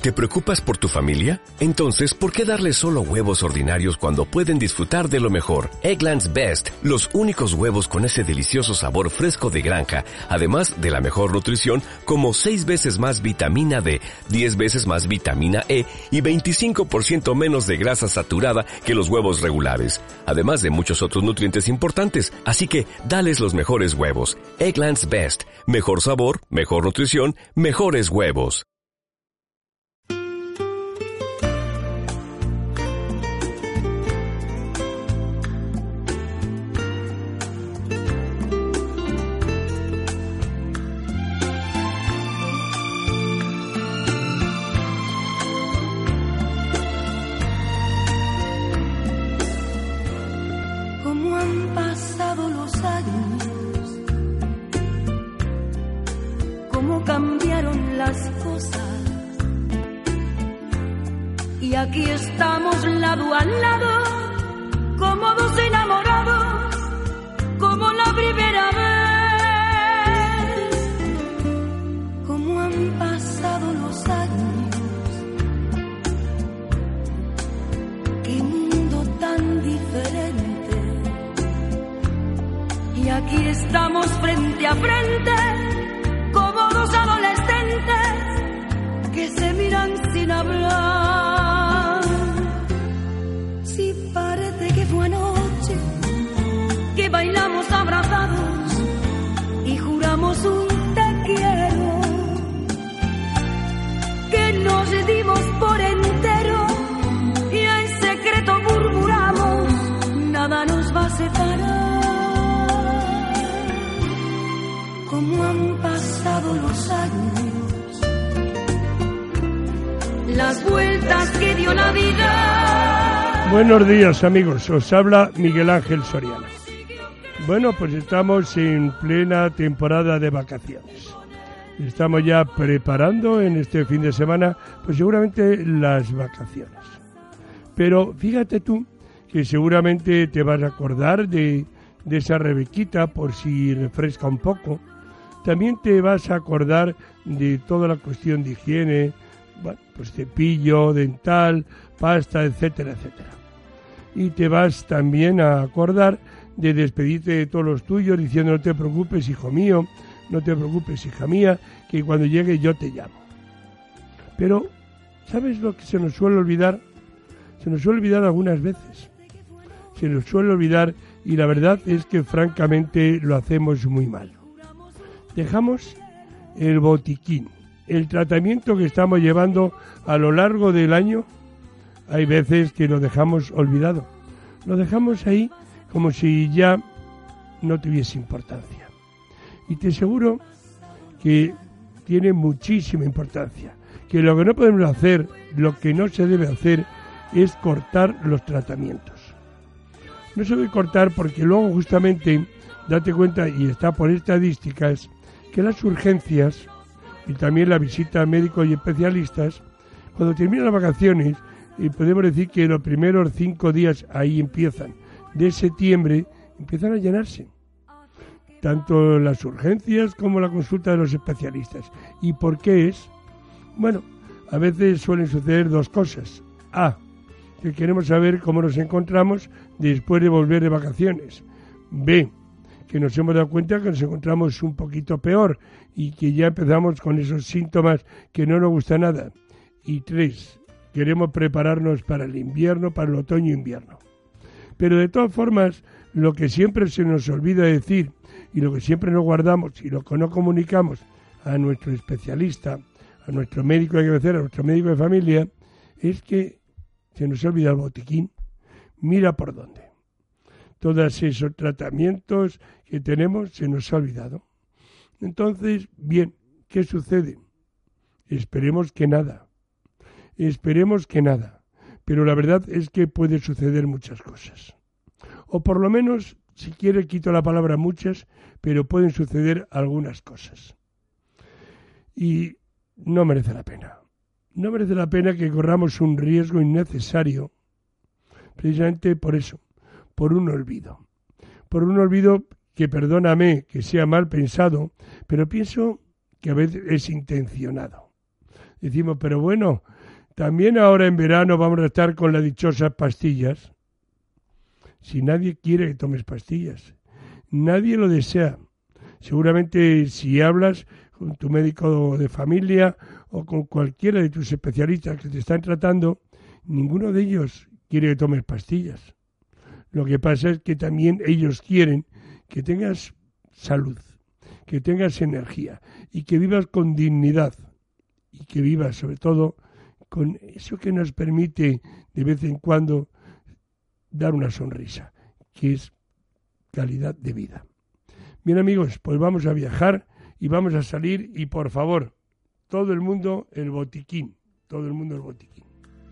¿Te preocupas por tu familia? Entonces, ¿por qué darles solo huevos ordinarios cuando pueden disfrutar de lo mejor? Eggland's Best, los únicos huevos con ese delicioso sabor fresco de granja, además de la mejor nutrición, como 6 veces más vitamina D, 10 veces más vitamina E y 25% menos de grasa saturada que los huevos regulares, además de muchos otros nutrientes importantes. Así que, dales los mejores huevos. Eggland's Best, mejor sabor, mejor nutrición, mejores huevos. Y aquí estamos lado a lado, como dos enamorados, como la primera vez. Como han pasado los años, qué mundo tan diferente. Y aquí estamos frente a frente, como dos adolescentes que se miran sin hablar. Sí, parece que fue anoche que bailamos abrazados y juramos un te quiero, que nos dimos por entero y en secreto murmuramos, nada nos va a separar. Como han pasado los años, las vueltas que dio la vida. Buenos días, amigos, os habla Miguel Ángel Soriano. Bueno, pues estamos en plena temporada de vacaciones. Estamos ya preparando en este fin de semana, pues seguramente las vacaciones. Pero fíjate tú que seguramente te vas a acordar de esa Rebequita, por si refresca un poco. También te vas a acordar de toda la cuestión de higiene, bueno, pues cepillo, dental, pasta, etcétera, etcétera. Y te vas también a acordar de despedirte de todos los tuyos diciendo no te preocupes, hijo mío, no te preocupes, hija mía, que cuando llegue yo te llamo. Pero, ¿sabes lo que se nos suele olvidar? Se nos suele olvidar algunas veces. Se nos suele olvidar y la verdad es que francamente lo hacemos muy mal. Dejamos el botiquín, el tratamiento que estamos llevando a lo largo del año. Hay veces que lo dejamos olvidado. Lo dejamos ahí como si ya no tuviese importancia. Y te aseguro que tiene muchísima importancia. Que lo que no podemos hacer, lo que no se debe hacer, es cortar los tratamientos. No se debe cortar porque luego justamente, date cuenta, y está por estadísticas, que las urgencias y también la visita a médicos y especialistas, cuando terminan las vacaciones, y podemos decir que los primeros 5 días ahí empiezan, de septiembre, empiezan a llenarse. Tanto las urgencias como la consulta de los especialistas. ¿Y por qué es? Bueno, a veces suelen suceder dos cosas. A, que queremos saber cómo nos encontramos después de volver de vacaciones. B, que nos hemos dado cuenta que nos encontramos un poquito peor y que ya empezamos con esos síntomas que no nos gusta nada. Y 3, queremos prepararnos para el invierno, para el otoño-invierno. Pero de todas formas, lo que siempre se nos olvida decir y lo que siempre nos guardamos y lo que no comunicamos a nuestro especialista, a nuestro médico de cabecera, a nuestro médico de familia, es que se nos olvida el botiquín. Mira por dónde. Todos esos tratamientos que tenemos se nos ha olvidado. Entonces, bien, ¿qué sucede? Esperemos que nada. Esperemos que nada. Pero la verdad es que puede suceder muchas cosas. O por lo menos, si quiere, quito la palabra muchas, pero pueden suceder algunas cosas. Y no merece la pena. No merece la pena que corramos un riesgo innecesario, precisamente por eso, por un olvido. Por un olvido que, perdóname, que sea mal pensado, pero pienso que a veces es intencionado. decimos, pero bueno, también ahora en verano vamos a estar con las dichosas pastillas. Si nadie quiere que tomes pastillas, nadie lo desea. Seguramente si hablas con tu médico de familia o con cualquiera de tus especialistas que te están tratando, ninguno de ellos quiere que tomes pastillas. Lo que pasa es que también ellos quieren que tengas salud, que tengas energía y que vivas con dignidad y que vivas sobre todo con eso que nos permite de vez en cuando dar una sonrisa, que es calidad de vida. Bien, amigos, pues vamos a viajar y vamos a salir y por favor, todo el mundo el botiquín, todo el mundo el botiquín.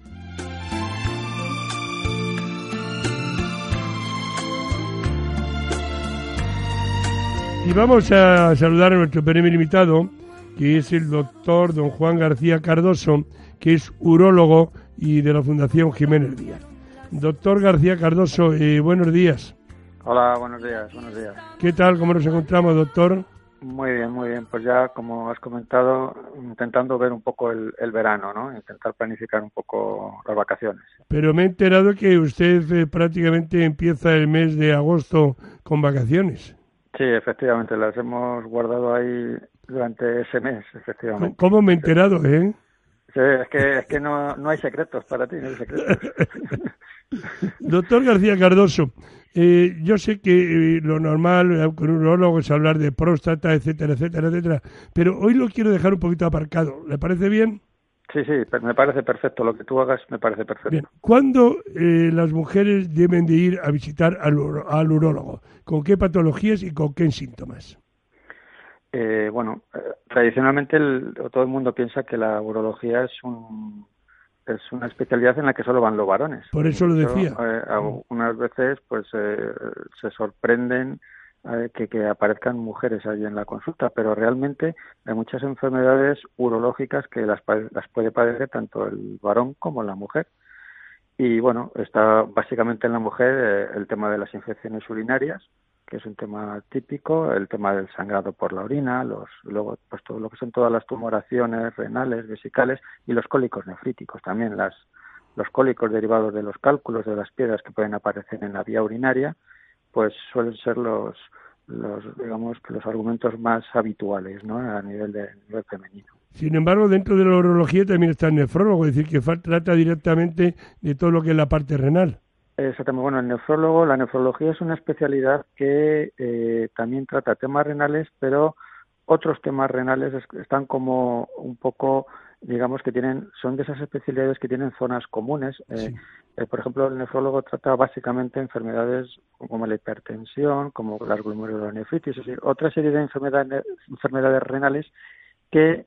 Y vamos a saludar a nuestro primer invitado, que es el doctor don Juan García Cardoso, que es urólogo y de la Fundación Jiménez Díaz. Doctor García Cardoso, buenos días. Hola, buenos días. ¿Qué tal? ¿Cómo nos encontramos, doctor? Muy bien. Pues ya, como has comentado, intentando ver un poco el verano, ¿no? Intentar planificar un poco las vacaciones. Pero me he enterado que usted prácticamente empieza el mes de agosto con vacaciones. Sí, efectivamente, las hemos guardado ahí durante ese mes, efectivamente. ¿Cómo me he enterado, Sí, es que no hay secretos para ti, no hay secretos. Doctor García Cardoso, yo sé que lo normal con un urólogo es hablar de próstata, etcétera, pero hoy lo quiero dejar un poquito aparcado. ¿Le parece bien? Sí, me parece perfecto. Lo que tú hagas me parece perfecto. Bien. ¿Cuándo las mujeres deben de ir a visitar al urólogo? ¿Con qué patologías y con qué síntomas? Tradicionalmente todo el mundo piensa que la urología es una especialidad en la que solo van los varones. Por eso lo decía. Algunas veces pues se sorprenden que aparezcan mujeres ahí en la consulta, pero realmente hay muchas enfermedades urológicas que las puede padecer tanto el varón como la mujer. Y bueno, está básicamente en la mujer el tema de las infecciones urinarias, que es un tema típico, el tema del sangrado por la orina, luego pues todo lo que son todas las tumoraciones renales, vesicales y los cólicos nefríticos, también los cólicos derivados de los cálculos de las piedras que pueden aparecer en la vía urinaria, pues suelen ser los digamos que los argumentos más habituales, ¿no? A nivel femenino. Sin embargo, dentro de la urología también está el nefrólogo, es decir, que trata directamente de todo lo que es la parte renal. Exactamente. Bueno, la nefrología es una especialidad que también trata temas renales, pero otros temas renales están como un poco, digamos que son de esas especialidades que tienen zonas comunes. Sí. Por ejemplo, el nefrólogo trata básicamente enfermedades como la hipertensión, como las glomerulonefritis, es decir, otra serie de enfermedades renales que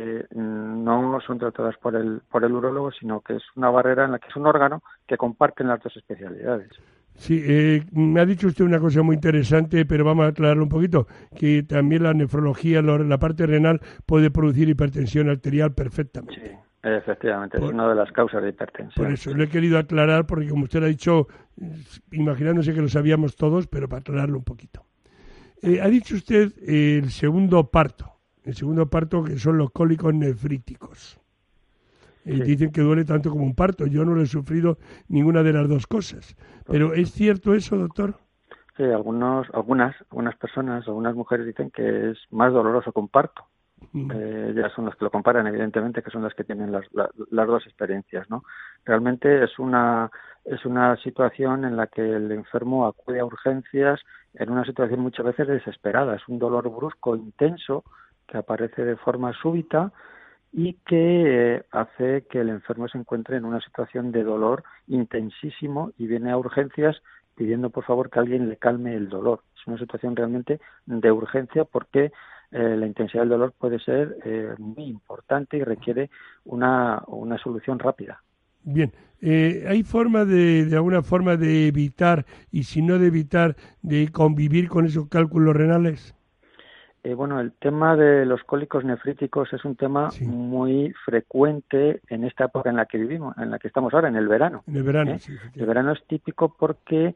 no son tratadas por el urólogo, sino que es una barrera en la que es un órgano que comparten las dos especialidades. Sí, me ha dicho usted una cosa muy interesante, pero vamos a aclararlo un poquito, que también la nefrología, la parte renal, puede producir hipertensión arterial perfectamente. Sí, efectivamente, es una de las causas de hipertensión. Por eso lo he querido aclarar, porque como usted lo ha dicho, imaginándose que lo sabíamos todos, pero para aclararlo un poquito. Ha dicho usted el segundo parto, que son los cólicos nefríticos. Sí. Dicen que duele tanto como un parto. Yo no lo he sufrido ninguna de las dos cosas. ¿Pero es cierto eso, doctor? Sí, algunas personas, algunas mujeres dicen que es más doloroso que un parto. Ya son las que lo comparan, evidentemente, que son las que tienen las dos experiencias, ¿no? Realmente es una situación en la que el enfermo acude a urgencias en una situación muchas veces desesperada. Es un dolor brusco, intenso, que aparece de forma súbita y que hace que el enfermo se encuentre en una situación de dolor intensísimo y viene a urgencias pidiendo por favor que alguien le calme el dolor. Es una situación realmente de urgencia porque la intensidad del dolor puede ser muy importante y requiere una solución rápida. Bien, ¿hay forma de alguna forma de evitar, y si no de evitar, de convivir con esos cálculos renales? Bueno, el tema de los cólicos nefríticos es un tema muy frecuente en esta época en la que vivimos, en la que estamos ahora, en el verano. En el verano, sí. El verano es típico porque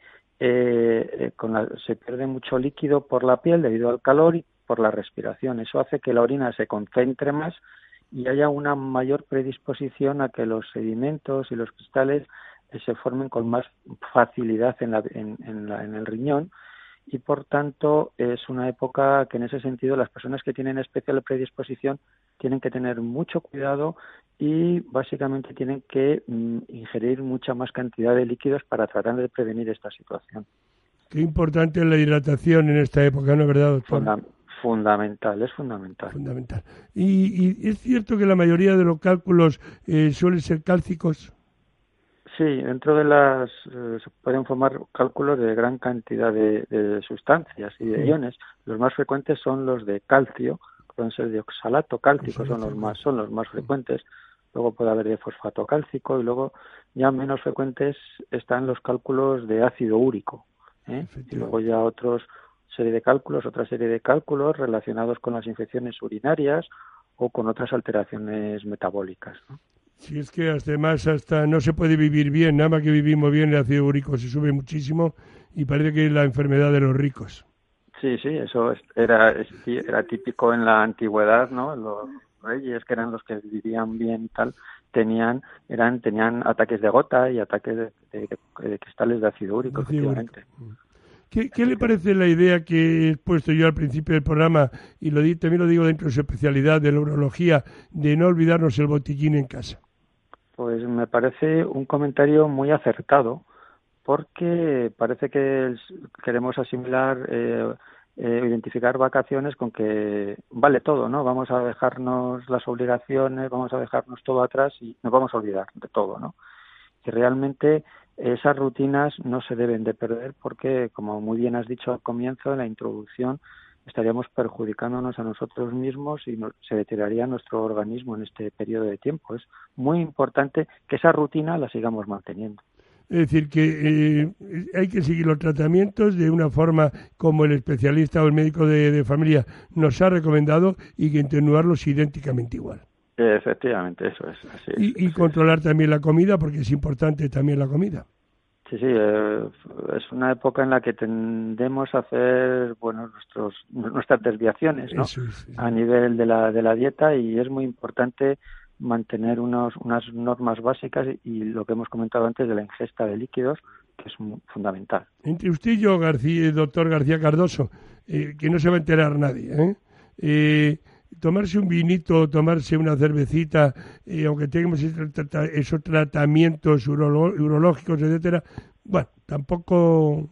se pierde mucho líquido por la piel debido al calor y por la respiración. Eso hace que la orina se concentre más y haya una mayor predisposición a que los sedimentos y los cristales se formen con más facilidad en el riñón, y por tanto es una época que en ese sentido las personas que tienen especial predisposición tienen que tener mucho cuidado y básicamente tienen que ingerir mucha más cantidad de líquidos para tratar de prevenir esta situación. Qué importante es la hidratación en esta época, ¿no es verdad, doctor? Fundamental, es fundamental. Fundamental. ¿Y es cierto que la mayoría de los cálculos suelen ser cálcicos? Sí, dentro de se pueden formar cálculos de gran cantidad de sustancias y de iones. Los más frecuentes son los de calcio, pueden ser de oxalato cálcico, son los más frecuentes. Luego puede haber de fosfato cálcico y luego ya menos frecuentes están los cálculos de ácido úrico. Y luego ya otra serie de cálculos relacionados con las infecciones urinarias o con otras alteraciones metabólicas, ¿no? Si es que además hasta no se puede vivir bien, nada más que vivimos bien, el ácido úrico se sube muchísimo y parece que es la enfermedad de los ricos. Sí, eso era típico en la antigüedad, ¿no? Los reyes, que eran los que vivían bien y tal, tenían ataques de gota y ataques de cristales de ácido úrico, efectivamente. ¿Qué le parece la idea que he puesto yo al principio del programa, y también lo digo dentro de su especialidad de la urología, de no olvidarnos el botiquín en casa? Pues me parece un comentario muy acertado, porque parece que queremos asimilar, identificar vacaciones con que vale todo, ¿no? Vamos a dejarnos las obligaciones, vamos a dejarnos todo atrás y nos vamos a olvidar de todo, ¿no? Y realmente esas rutinas no se deben de perder porque, como muy bien has dicho al comienzo, en la introducción, estaríamos perjudicándonos a nosotros mismos y se deterioraría nuestro organismo en este periodo de tiempo. Es muy importante que esa rutina la sigamos manteniendo. Es decir, que hay que seguir los tratamientos de una forma como el especialista o el médico de familia nos ha recomendado y que continuarlos idénticamente igual. Efectivamente, eso es. Y controlar también la comida, porque es importante también la comida. Sí, es una época en la que tendemos a hacer nuestras desviaciones, ¿no? Eso es, sí. A nivel de la dieta, y es muy importante mantener unas normas básicas y lo que hemos comentado antes de la ingesta de líquidos, que es fundamental. Entre usted y yo, doctor García Cardoso, que no se va a enterar nadie, tomarse un vinito, tomarse una cervecita, aunque tengamos esos tratamientos urológicos, etcétera, bueno, tampoco...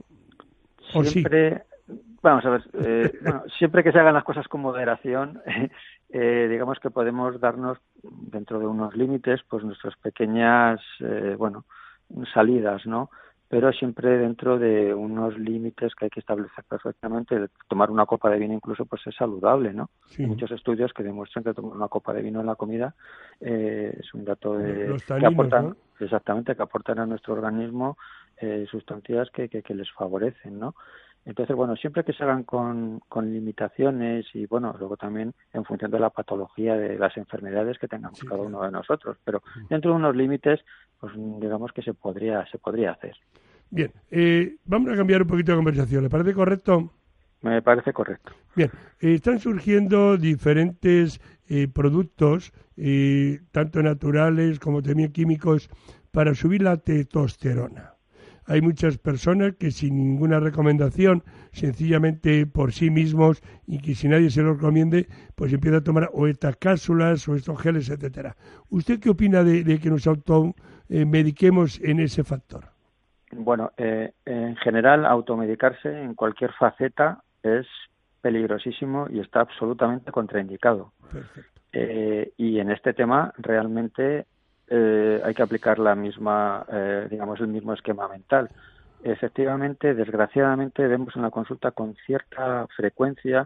Siempre, vamos a ver, siempre que se hagan las cosas con moderación, digamos que podemos darnos, dentro de unos límites, pues nuestras pequeñas, salidas, ¿no? Pero siempre dentro de unos límites que hay que establecer perfectamente. Tomar una copa de vino incluso pues es saludable, ¿no? Sí. Hay muchos estudios que demuestran que tomar una copa de vino en la comida es un dato los taninos, que aportan, ¿no? Exactamente, que aportan a nuestro organismo sustancias que les favorecen, ¿no? Entonces, siempre que se hagan con limitaciones y, luego también en función de la patología de las enfermedades que tengamos cada uno de nosotros, pero dentro de unos límites, pues digamos que se podría hacer. Bien, vamos a cambiar un poquito de conversación, ¿le parece correcto? Me parece correcto. Bien, están surgiendo diferentes productos, tanto naturales como también químicos, para subir la testosterona. Hay muchas personas que sin ninguna recomendación, sencillamente por sí mismos y que si nadie se lo recomiende, pues empieza a tomar o estas cápsulas o estos geles, etcétera. ¿Usted qué opina de que nos automediquemos en ese factor? Bueno, en general, automedicarse en cualquier faceta es peligrosísimo y está absolutamente contraindicado. Perfecto. Y en este tema realmente hay que aplicar el mismo esquema mental. Efectivamente, desgraciadamente, vemos en la consulta con cierta frecuencia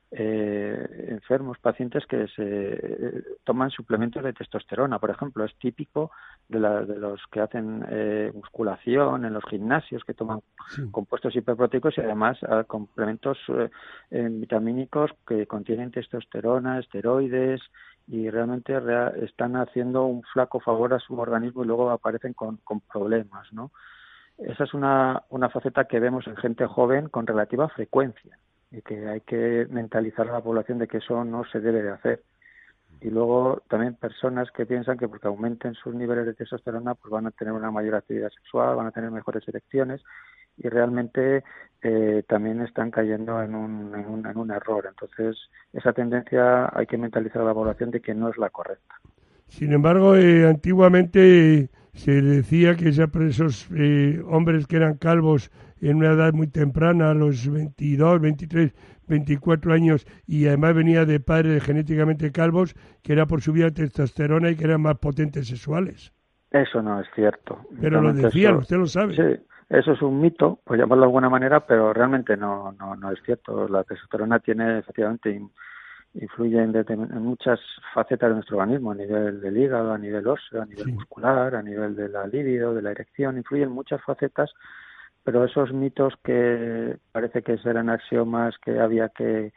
pacientes que se toman suplementos de testosterona, por ejemplo. Es típico de los que hacen musculación en los gimnasios, que toman compuestos hiperproteicos y además complementos vitamínicos que contienen testosterona, esteroides, y realmente están haciendo un flaco favor a su organismo y luego aparecen con problemas, ¿no? Esa es una faceta que vemos en gente joven con relativa frecuencia y que hay que mentalizar a la población de que eso no se debe de hacer. Y luego también personas que piensan que porque aumenten sus niveles de testosterona pues van a tener una mayor actividad sexual, van a tener mejores erecciones, y realmente también están cayendo en un error. Entonces, esa tendencia hay que mentalizar a la población de que no es la correcta. Sin embargo, antiguamente se decía que esos hombres que eran calvos en una edad muy temprana, a los 22, 23, 24 años, y además venía de padres genéticamente calvos, que era por subida de testosterona y que eran más potentes sexuales. Eso no es cierto. Pero lo decían, usted lo sabe. Sí, eso es un mito, por llamarlo de alguna manera, pero realmente no es cierto. La testosterona tiene, efectivamente, influye en muchas facetas de nuestro organismo, a nivel del hígado, a nivel óseo, a nivel muscular, a nivel de la libido, de la erección, influye en muchas facetas, pero esos mitos que parece que eran axiomas que había que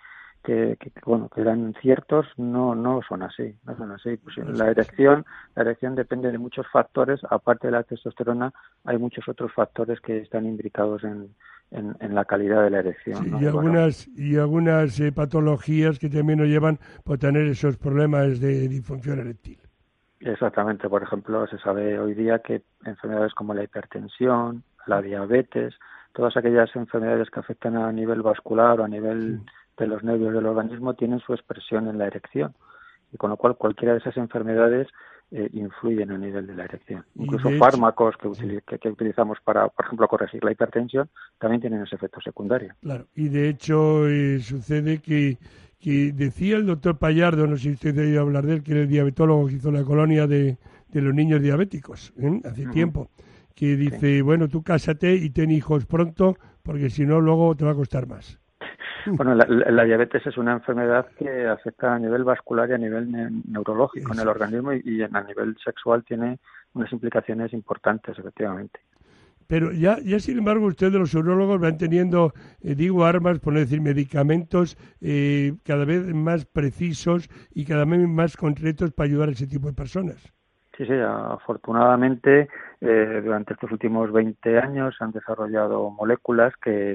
eran ciertos, no son así. Pues la erección depende de muchos factores. Aparte de la testosterona, hay muchos otros factores que están imbricados en la calidad de la erección. Sí, ¿no? y algunas patologías que también nos llevan por tener esos problemas de disfunción eréctil. Exactamente. Por ejemplo, se sabe hoy día que enfermedades como la hipertensión, la diabetes, todas aquellas enfermedades que afectan a nivel vascular o a nivel de los nervios del organismo tienen su expresión en la erección, y con lo cual cualquiera de esas enfermedades influyen a nivel de la erección. Incluso fármacos que utilizamos para, por ejemplo, corregir la hipertensión también tienen ese efecto secundario. Claro, y de hecho sucede que decía el doctor Pallardo, no sé si usted ha oído hablar de él, que era el diabetólogo que hizo la colonia de los niños diabéticos hace tiempo, que dice, bueno, tú cásate y ten hijos pronto, porque si no luego te va a costar más. Bueno, la diabetes es una enfermedad que afecta a nivel vascular y a nivel neurológico en el organismo, y a nivel sexual tiene unas implicaciones importantes, efectivamente. Pero ya sin embargo, ustedes los urólogos van teniendo, armas, por no decir medicamentos, cada vez más precisos y cada vez más concretos para ayudar a ese tipo de personas. Sí, afortunadamente durante estos últimos 20 años se han desarrollado moléculas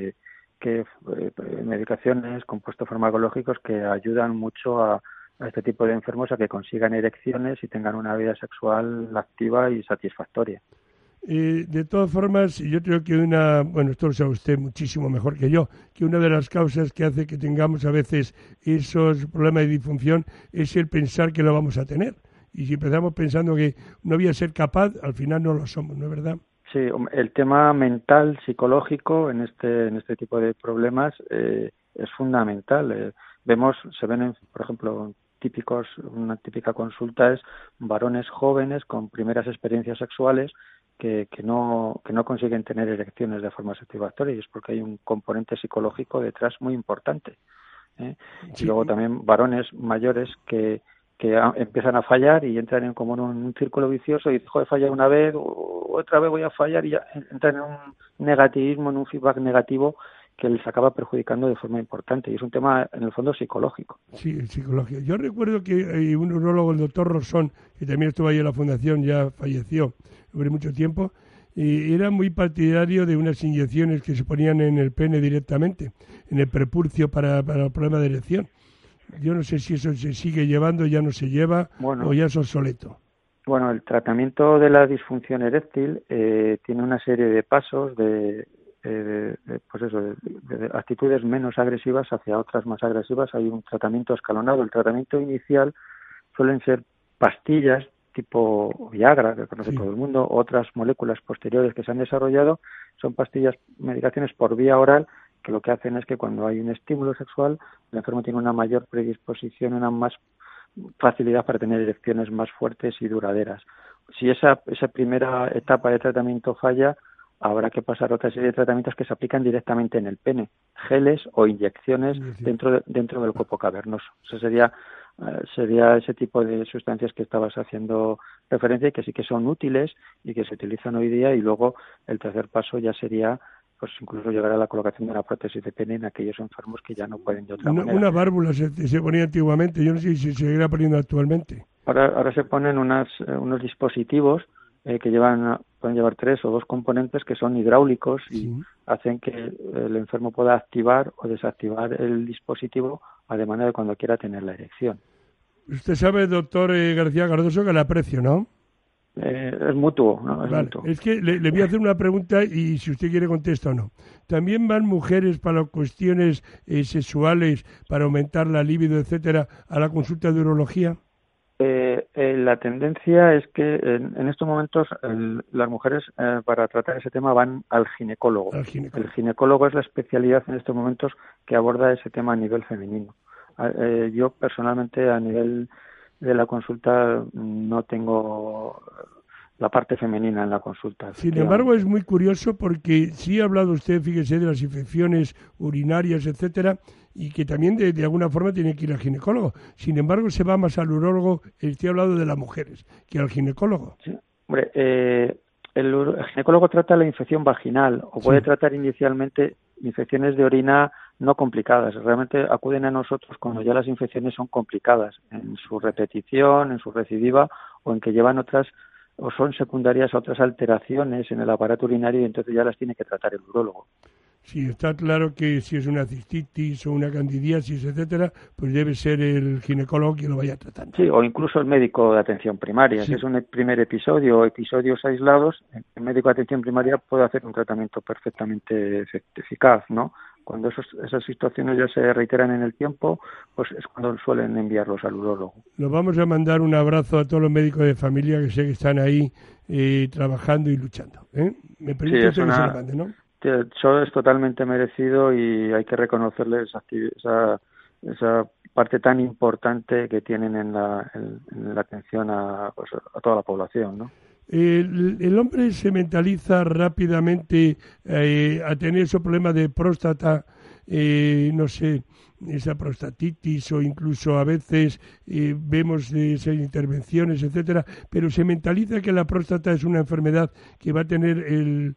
medicaciones, compuestos farmacológicos que ayudan mucho a este tipo de enfermos a que consigan erecciones y tengan una vida sexual activa y satisfactoria. De todas formas, yo creo que esto lo sabe usted muchísimo mejor que yo, que una de las causas que hace que tengamos a veces esos problemas de disfunción es el pensar que lo vamos a tener. Y si empezamos pensando que no voy a ser capaz, al final no lo somos, ¿no es verdad? Sí, el tema mental, psicológico en este tipo de problemas es fundamental. Se ven, por ejemplo, una típica consulta es varones jóvenes con primeras experiencias sexuales que no consiguen tener erecciones de forma satisfactoria, y es porque hay un componente psicológico detrás muy importante. Sí. Y luego también varones mayores que empiezan a fallar y entran como en un círculo vicioso y dejo de fallar una vez, otra vez voy a fallar, y ya entran en un negativismo, en un feedback negativo que les acaba perjudicando de forma importante, y es un tema en el fondo psicológico. Sí, psicológico. Yo recuerdo que un urólogo, el doctor Rosón, que también estuvo ahí en la fundación, ya falleció hace mucho tiempo, era muy partidario de unas inyecciones que se ponían en el pene directamente, en el prepucio para el problema de erección. Yo no sé si eso se sigue llevando, ya no se lleva, o ya es obsoleto. Bueno, el tratamiento de la disfunción eréctil tiene una serie de pasos de actitudes menos agresivas hacia otras más agresivas. Hay un tratamiento escalonado. El tratamiento inicial suelen ser pastillas tipo Viagra, que conoce todo el mundo. Otras moléculas posteriores que se han desarrollado son medicaciones por vía oral, que lo que hacen es que cuando hay un estímulo sexual, el enfermo tiene una mayor predisposición, una más facilidad para tener erecciones más fuertes y duraderas. Si esa primera etapa de tratamiento falla, habrá que pasar a otra serie de tratamientos que se aplican directamente en el pene, geles o inyecciones dentro del cuerpo cavernoso. Eso sería ese tipo de sustancias que estabas haciendo referencia, y que sí que son útiles y que se utilizan hoy día. Y luego el tercer paso ya sería pues incluso llegar a la colocación de una prótesis de pene en aquellos enfermos que ya no pueden de otra manera. Una válvula se ponía antiguamente, yo no sé si se seguirá poniendo actualmente. Ahora se ponen unos dispositivos que pueden llevar 3 o 2 componentes que son hidráulicos y hacen que el enfermo pueda activar o desactivar el dispositivo a demanda de cuando quiera tener la erección. Usted sabe, doctor García Cardoso, que le aprecio, ¿no? Es mutuo, ¿no? Vale. Mutuo. Es que le voy a hacer una pregunta y si usted quiere contesta o no. ¿También van mujeres para cuestiones sexuales, para aumentar la libido, etcétera, a la consulta de urología? La tendencia es que en estos momentos las mujeres para tratar ese tema van al ginecólogo. El ginecólogo es la especialidad en estos momentos que aborda ese tema a nivel femenino. Yo personalmente a nivel de la consulta no tengo la parte femenina en la consulta. Sin embargo, es muy curioso porque sí ha hablado usted, fíjese, de las infecciones urinarias, etcétera, y que también de alguna forma tiene que ir al ginecólogo. Sin embargo, se va más al urólogo, estoy hablando de las mujeres, que al ginecólogo. Sí. Hombre, el ginecólogo trata la infección vaginal o puede tratar inicialmente infecciones de orina no complicadas. Realmente acuden a nosotros cuando ya las infecciones son complicadas, en su repetición, en su recidiva o en que llevan otras o son secundarias a otras alteraciones en el aparato urinario y entonces ya las tiene que tratar el urólogo. Sí, está claro que si es una cistitis o una candidiasis, etcétera, pues debe ser el ginecólogo quien lo vaya tratando. Sí, o incluso el médico de atención primaria. Sí. Si es un primer episodio o episodios aislados, el médico de atención primaria puede hacer un tratamiento perfectamente eficaz, ¿no? Cuando esas situaciones ya se reiteran en el tiempo, pues es cuando suelen enviarlos al urólogo. Nos vamos a mandar un abrazo a todos los médicos de familia que sé que están ahí trabajando y luchando. Me permite usted que se lo mande, ¿no? Eso es totalmente merecido y hay que reconocerles esa parte tan importante que tienen en la atención a toda la población, ¿no? El hombre se mentaliza rápidamente a tener esos problemas de próstata, no sé, esa prostatitis o incluso a veces vemos esas intervenciones, etcétera, pero se mentaliza que la próstata es una enfermedad que va a tener el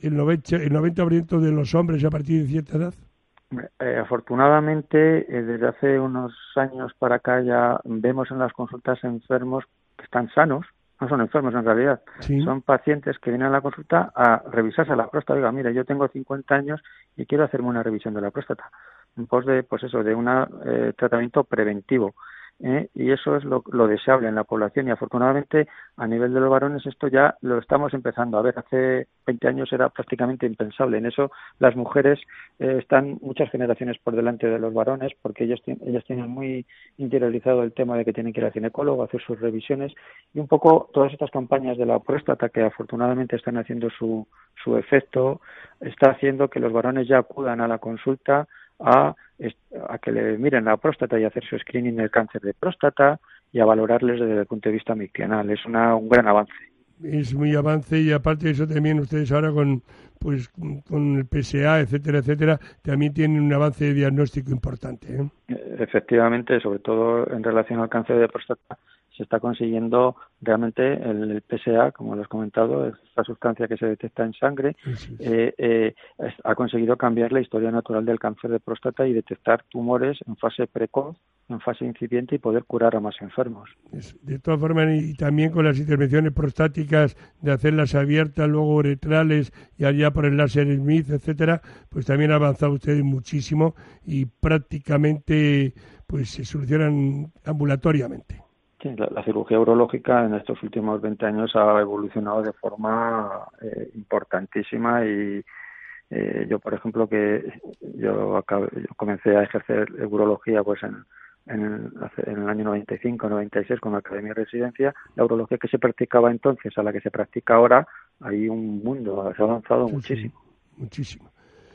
90% de los hombres a partir de cierta edad. Afortunadamente, desde hace unos años para acá ya vemos en las consultas enfermos que están sanos, no son enfermos en realidad, sí. Son pacientes que vienen a la consulta a revisarse la próstata. Oiga, mira, yo tengo 50 años y quiero hacerme una revisión de la próstata, en pos de, de un tratamiento preventivo. Y eso es lo deseable en la población y afortunadamente a nivel de los varones esto ya lo estamos empezando a ver. Hace 20 años era prácticamente impensable. En eso las mujeres están muchas generaciones por delante de los varones porque ellas tienen muy interiorizado el tema de que tienen que ir al ginecólogo, hacer sus revisiones y un poco todas estas campañas de la próstata que afortunadamente están haciendo su efecto, está haciendo que los varones ya acudan a la consulta a que le miren la próstata y hacer su screening del cáncer de próstata y a valorarles desde el punto de vista miccional. Es un gran avance. Es muy avance y aparte de eso también ustedes ahora con el PSA, etcétera, etcétera, también tienen un avance de diagnóstico importante. Efectivamente, sobre todo en relación al cáncer de próstata, se está consiguiendo realmente el PSA, como lo has comentado, esta sustancia que se detecta en sangre, ha conseguido cambiar la historia natural del cáncer de próstata y detectar tumores en fase precoz, en fase incipiente y poder curar a más enfermos. De todas formas, y también con las intervenciones prostáticas, de hacerlas abiertas, luego uretrales y allá por el láser Smith, etcétera, pues también ha avanzado ustedes muchísimo y prácticamente pues se solucionan ambulatoriamente. Sí, la cirugía urológica en estos últimos 20 años ha evolucionado de forma importantísima y yo, por ejemplo, yo comencé a ejercer urología pues en el año 95-96 con la Academia de Residencia. La urología que se practicaba entonces a la que se practica ahora, hay un mundo, se ha avanzado muchísimo. Muchísimo.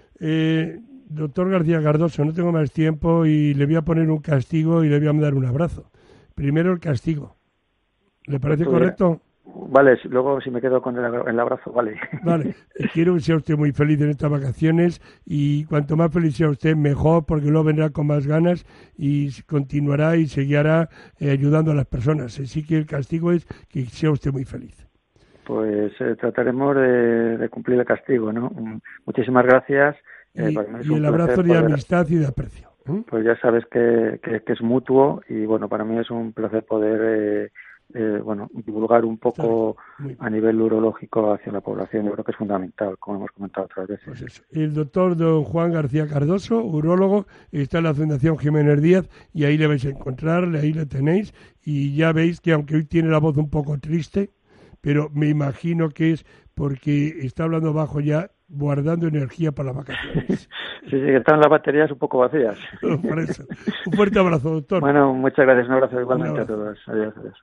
Doctor García Cardoso, no tengo más tiempo y le voy a poner un castigo y le voy a dar un abrazo. Primero el castigo. ¿Le parece correcto? Vale, luego si me quedo con el abrazo, vale. Vale, quiero que sea usted muy feliz en estas vacaciones y cuanto más feliz sea usted, mejor, porque luego vendrá con más ganas y continuará y seguirá ayudando a las personas. Así que el castigo es que sea usted muy feliz. Pues trataremos de cumplir el castigo, ¿no? Muchísimas gracias. Y el abrazo de amistad y de aprecio. Pues ya sabes que es mutuo y bueno, para mí es un placer poder divulgar un poco a nivel urológico hacia la población. Yo creo que es fundamental, como hemos comentado otras veces. Pues eso. El doctor don Juan García Cardoso, urólogo, está en la Fundación Jiménez Díaz y ahí le vais a encontrar, ahí le tenéis, y ya veis que aunque hoy tiene la voz un poco triste, pero me imagino que es porque está hablando bajo ya, guardando energía para las vacaciones. Sí, que están las baterías un poco vacías. Por eso. Un fuerte abrazo, doctor. Bueno, muchas gracias. Un abrazo igualmente a todos. Adiós, adiós.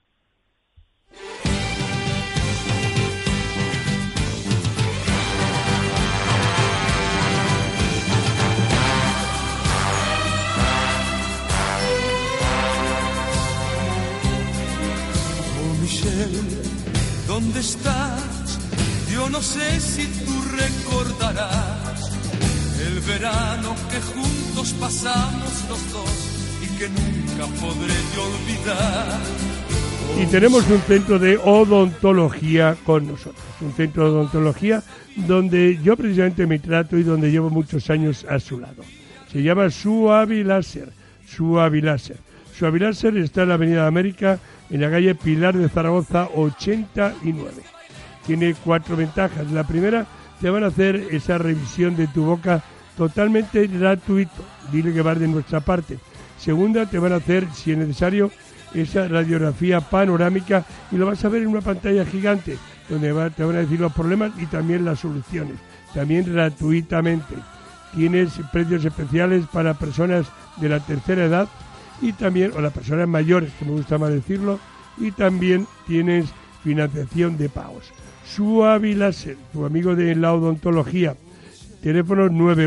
Oh, Michelle, ¿dónde estás? Yo no sé si tú recordarás el verano que juntos pasamos los dos y que nunca podré yo olvidar. Y tenemos un centro de odontología con nosotros, un centro de odontología donde yo precisamente me trato y donde llevo muchos años a su lado. Se llama Suaviláser. Suaviláser está en la Avenida de América, en la calle Pilar de Zaragoza 89. Tiene 4 ventajas. La primera, te van a hacer esa revisión de tu boca totalmente gratuito. Dile que vas de nuestra parte. Segunda, te van a hacer, si es necesario, esa radiografía panorámica y lo vas a ver en una pantalla gigante donde te van a decir los problemas y también las soluciones. También gratuitamente. Tienes precios especiales para personas de la tercera edad y también, o las personas mayores, que me gusta más decirlo, y también tienes financiación de pagos. Suaviláser, tu amigo de la odontología. Teléfono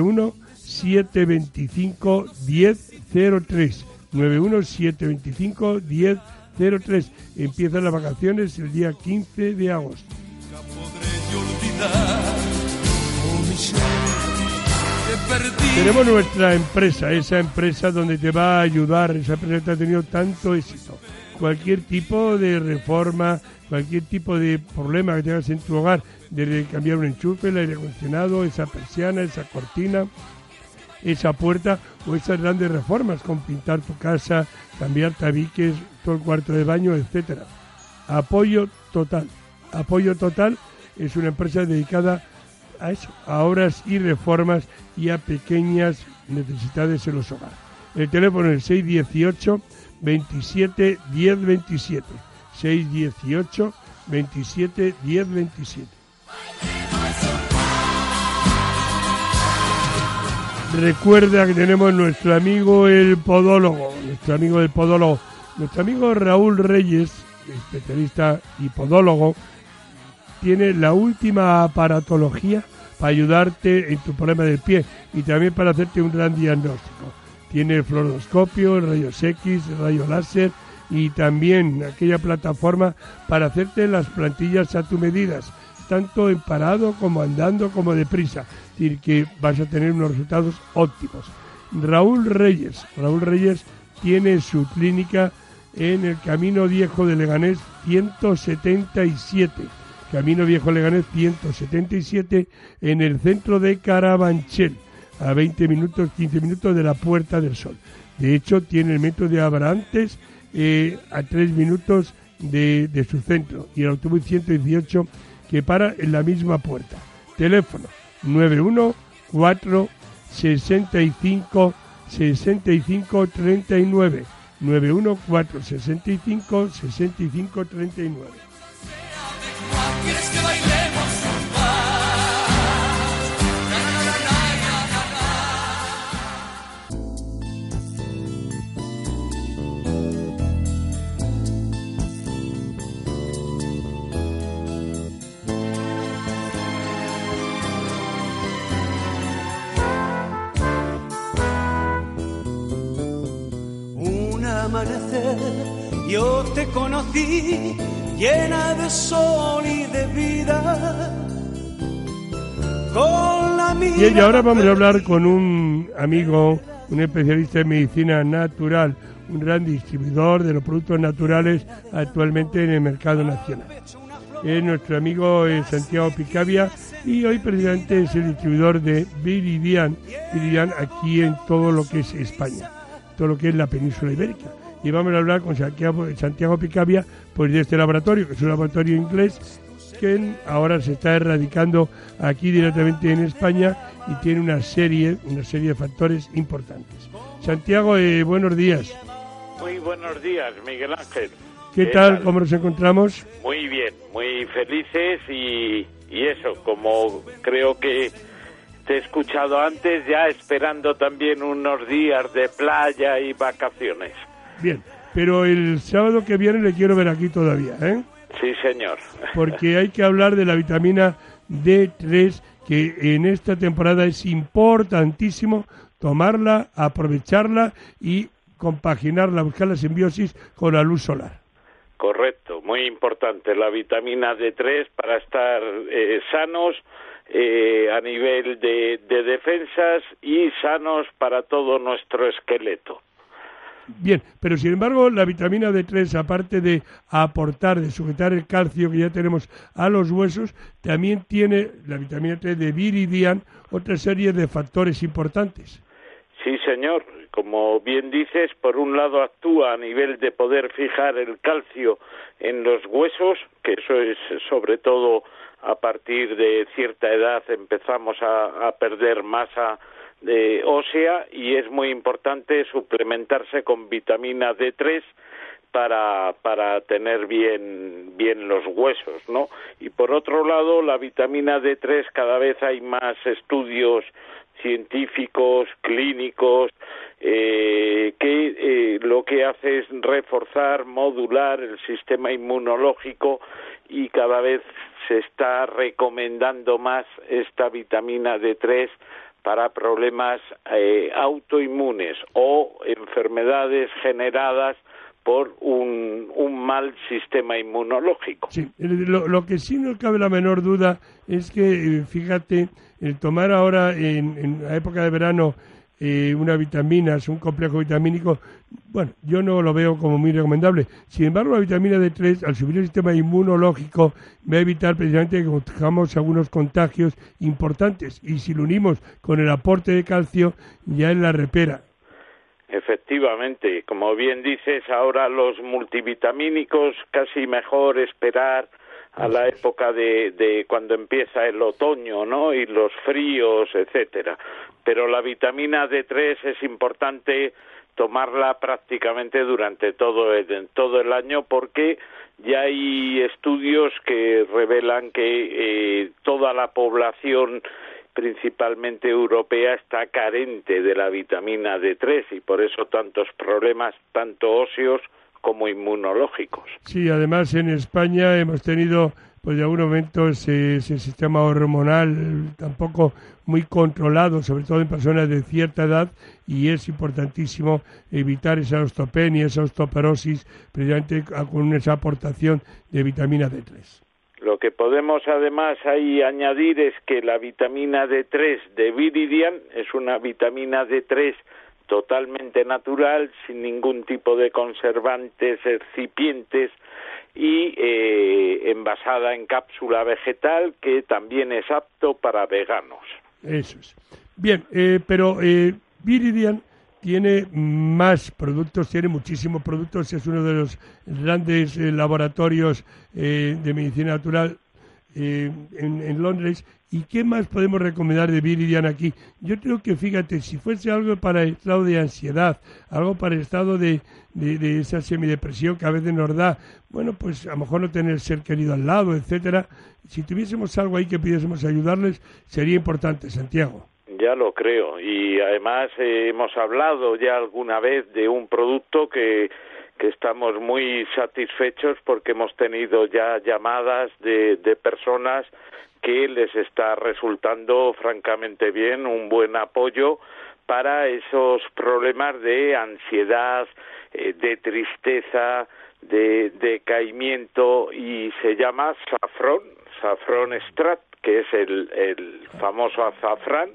91-725-1003. 91-725-1003. Empiezan las vacaciones el día 15 de agosto. Tenemos nuestra empresa, esa empresa donde te va a ayudar, esa empresa que ha tenido tanto éxito. Cualquier tipo de reforma, cualquier tipo de problema que tengas en tu hogar, desde cambiar un enchufe, el aire acondicionado, esa persiana, esa cortina, esa puerta o esas grandes reformas con pintar tu casa, cambiar tabiques, todo el cuarto de baño, etcétera. Apoyo Total. Apoyo Total es una empresa dedicada a eso, a obras y reformas y a pequeñas necesidades en los hogares. El teléfono es 618 27 10 27. 618 27 10 27. Recuerda que tenemos nuestro amigo el podólogo, nuestro amigo Raúl Reyes, especialista y podólogo, tiene la última aparatología para ayudarte en tu problema del pie y también para hacerte un gran diagnóstico. Tiene el fluoroscopio, el rayos X, el rayo láser y también aquella plataforma para hacerte las plantillas a tu medidas, tanto en parado como andando como deprisa. Es decir, que vas a tener unos resultados óptimos. Raúl Reyes tiene su clínica en el Camino Viejo de Leganés 177. Camino Viejo Leganés 177 en el centro de Carabanchel, a 15 minutos de la Puerta del Sol. De hecho, tiene el metro de Abrantes a 3 minutos de su centro y el autobús 118 que para en la misma puerta. Teléfono 914 65 65 39. 914 65 65 39. ¿Quieres que bailemos un amanecer? Yo te conocí llena de sol y de vida. Bien, y ahora vamos a hablar con un amigo, un especialista en medicina natural, un gran distribuidor de los productos naturales actualmente en el mercado nacional. Es nuestro amigo Santiago Picabia y hoy precisamente es el distribuidor de Viridian aquí en todo lo que es España, todo lo que es la península ibérica. y vamos a hablar con Santiago Picabia, pues de este laboratorio, que es un laboratorio inglés que ahora se está erradicando aquí directamente en España y tiene una serie de factores importantes. Santiago, buenos días. Muy buenos días, Miguel Ángel. ¿Qué tal? ¿Cómo nos encontramos? Muy bien, muy felices y eso, como creo que te he escuchado antes, ya esperando también unos días de playa y vacaciones. Bien, pero el sábado que viene le quiero ver aquí todavía, ¿eh? Sí, señor. Porque hay que hablar de la vitamina D3, que en esta temporada es importantísimo tomarla, aprovecharla y compaginarla, buscar la simbiosis con la luz solar. Correcto, muy importante la vitamina D3 para estar sanos a nivel de defensas y sanos para todo nuestro esqueleto. Bien, pero sin embargo la vitamina D3, aparte de aportar, de sujetar el calcio que ya tenemos a los huesos, también tiene la vitamina D de Viridian otra serie de factores importantes. Sí, señor. Como bien dices, por un lado actúa a nivel de poder fijar el calcio en los huesos, que eso es sobre todo a partir de cierta edad empezamos a perder masa ósea y es muy importante suplementarse con vitamina D3 para tener bien los huesos, ¿no? Y por otro lado, la vitamina D3 cada vez hay más estudios científicos, clínicos, que lo que hace es reforzar, modular el sistema inmunológico y cada vez se está recomendando más esta vitamina D3 para problemas autoinmunes o enfermedades generadas por un mal sistema inmunológico. Sí, lo que sí no cabe la menor duda es que, fíjate, el tomar ahora en la época de verano una vitamina, un complejo vitamínico, bueno, yo no lo veo como muy recomendable. Sin embargo, la vitamina D3, al subir el sistema inmunológico, va a evitar precisamente que tengamos algunos contagios importantes. Y si lo unimos con el aporte de calcio, ya es la repera. Efectivamente, como bien dices, ahora los multivitamínicos casi mejor esperar a la época de cuando empieza el otoño, ¿no? Y los fríos, etcétera. Pero la vitamina D3 es importante tomarla prácticamente durante todo el año porque ya hay estudios que revelan que toda la población principalmente europea está carente de la vitamina D3 y por eso tantos problemas, tanto óseos como inmunológicos. Sí, además en España hemos tenido pues de algún momento ese sistema hormonal tampoco muy controlado, sobre todo en personas de cierta edad, y es importantísimo evitar esa osteopenia, esa osteoporosis, precisamente con esa aportación de vitamina D3. Lo que podemos además ahí añadir es que la vitamina D3 de Viridian es una vitamina D3 totalmente natural, sin ningún tipo de conservantes excipientes y envasada en cápsula vegetal que también es apto para veganos. Eso es. Bien, pero Viridian tiene más productos, tiene muchísimos productos, es uno de los grandes laboratorios de medicina natural en Londres. ¿Y qué más podemos recomendar de Viridian aquí? Yo creo que, fíjate, si fuese algo para el estado de ansiedad, algo para el estado de esa semidepresión que a veces nos da, bueno, pues a lo mejor no tener ser querido al lado, etcétera, si tuviésemos algo ahí que pudiésemos ayudarles, sería importante, Santiago. Ya lo creo, y además hemos hablado ya alguna vez de un producto que estamos muy satisfechos porque hemos tenido ya llamadas de personas que les está resultando francamente bien, un buen apoyo para esos problemas de ansiedad, de tristeza, de decaimiento, y se llama Saffron Strat, que es el famoso azafrán,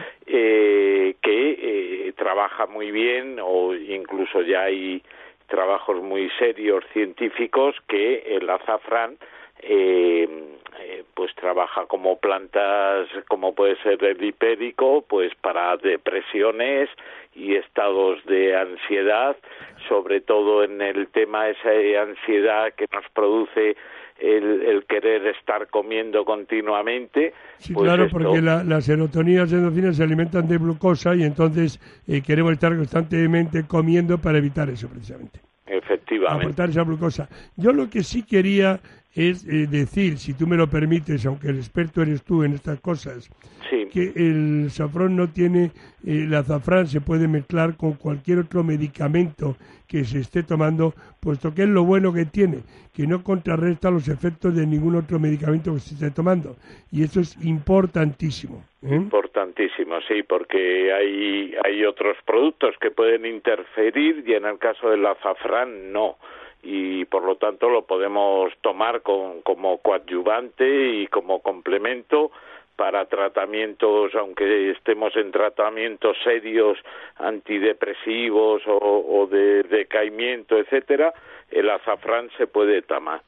que trabaja muy bien, o incluso ya hay trabajos muy serios científicos que el azafrán pues trabaja como plantas, como puede ser el hipérico, pues para depresiones y estados de ansiedad, sobre todo en el tema esa ansiedad que nos produce el querer estar comiendo continuamente. Sí, pues claro, porque la serotonina y las endorfinas se alimentan de glucosa y entonces queremos estar constantemente comiendo para evitar eso, precisamente. Efectivamente. Aportar esa glucosa. Yo lo que sí quería es decir, si tú me lo permites, aunque el experto eres tú en estas cosas, sí, que el safrón no tiene, el azafrán se puede mezclar con cualquier otro medicamento que se esté tomando, puesto que es lo bueno que tiene, que no contrarresta los efectos de ningún otro medicamento que se esté tomando. Y eso es importantísimo. Importantísimo, sí, porque hay otros productos que pueden interferir y en el caso del azafrán no. Y por lo tanto lo podemos tomar como coadyuvante y como complemento para tratamientos, aunque estemos en tratamientos serios antidepresivos o de decaimiento, etcétera, el azafrán se puede tomar.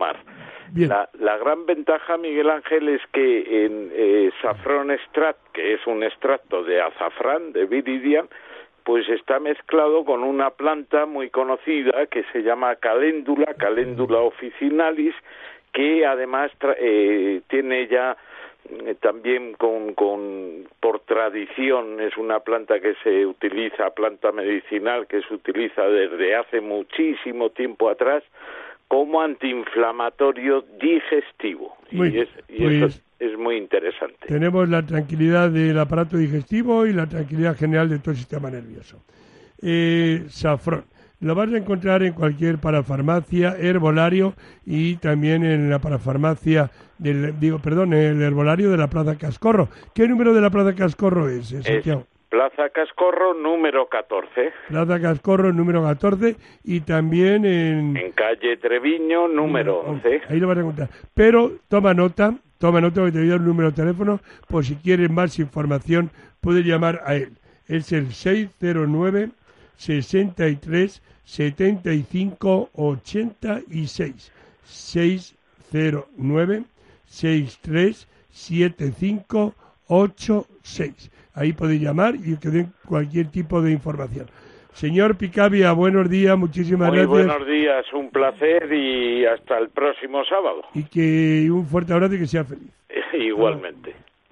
La gran ventaja, Miguel Ángel, es que en Saffron Extract, que es un extracto de azafrán, de viridian, pues está mezclado con una planta muy conocida que se llama Calendula officinalis, que además tiene ya también por tradición, es una planta que se utiliza, planta medicinal que se utiliza desde hace muchísimo tiempo atrás como antiinflamatorio digestivo. Eso es muy interesante. Tenemos la tranquilidad del aparato digestivo y la tranquilidad general de todo el sistema nervioso. Safrón. Lo vas a encontrar en cualquier parafarmacia, herbolario y también en la parafarmacia el herbolario de la Plaza Cascorro. ¿Qué número de la Plaza Cascorro es, Santiago? Plaza Cascorro número 14. Plaza Cascorro número 14 y también en calle Treviño número 11. Ahí lo vas a encontrar. Pero toma nota que te voy a dar un número de teléfono por si quieres más información puedes llamar a él. Es el 609 63 75 86 609 63 75 86. Ahí podéis llamar y que den cualquier tipo de información. Señor Picabia, buenos días, muchísimas gracias. Muy buenos días, un placer y hasta el próximo sábado. Y que un fuerte abrazo y que sea feliz. Igualmente.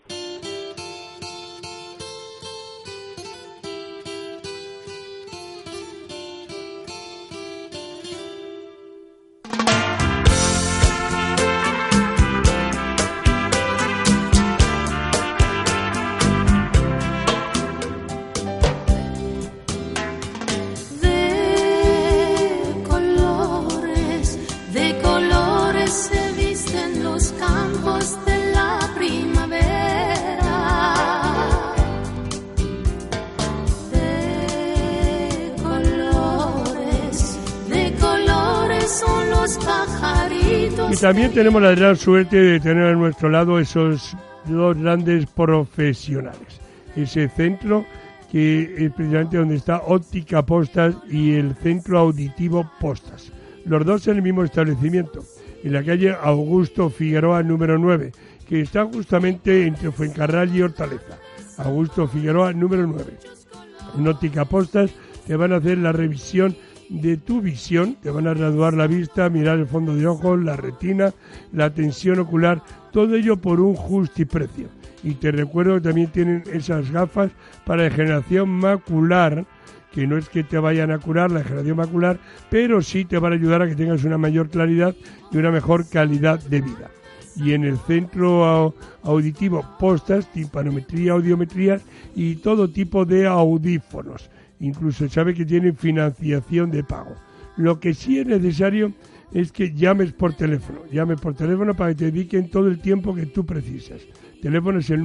Y también tenemos la gran suerte de tener a nuestro lado esos dos grandes profesionales. Ese centro que es precisamente donde está Óptica Postas y el Centro Auditivo Postas. Los dos en el mismo establecimiento, en la calle Augusto Figueroa número 9, que está justamente entre Fuencarral y Hortaleza. Augusto Figueroa número 9. En Óptica Postas te van a hacer la revisión de tu visión, te van a graduar la vista, mirar el fondo de ojos, la retina, la tensión ocular, todo ello por un justiprecio. Y te recuerdo que también tienen esas gafas para degeneración macular, que no es que te vayan a curar la degeneración macular, pero sí te van a ayudar a que tengas una mayor claridad y una mejor calidad de vida. Y en el Centro Auditivo Postas, timpanometría, audiometría y todo tipo de audífonos. Incluso sabe que tienen financiación de pago. Lo que sí es necesario es que llames por teléfono para que te dediquen todo el tiempo que tú precisas. El teléfono es el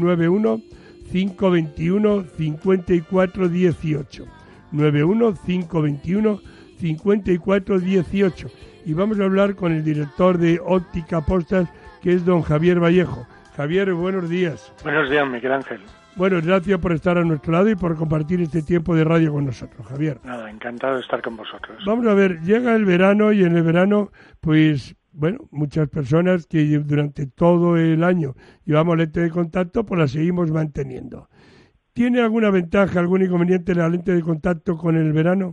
91-521-5418. 91-521-5418. Y vamos a hablar con el director de Óptica Postas, que es don Javier Vallejo. Javier, buenos días. Buenos días, Miguel Ángel. Bueno, gracias por estar a nuestro lado y por compartir este tiempo de radio con nosotros, Javier. Nada, encantado de estar con vosotros. Vamos a ver, llega el verano y en el verano, pues bueno, muchas personas que durante todo el año llevamos lente de contacto, pues la seguimos manteniendo. ¿Tiene alguna ventaja, algún inconveniente la lente de contacto con el verano?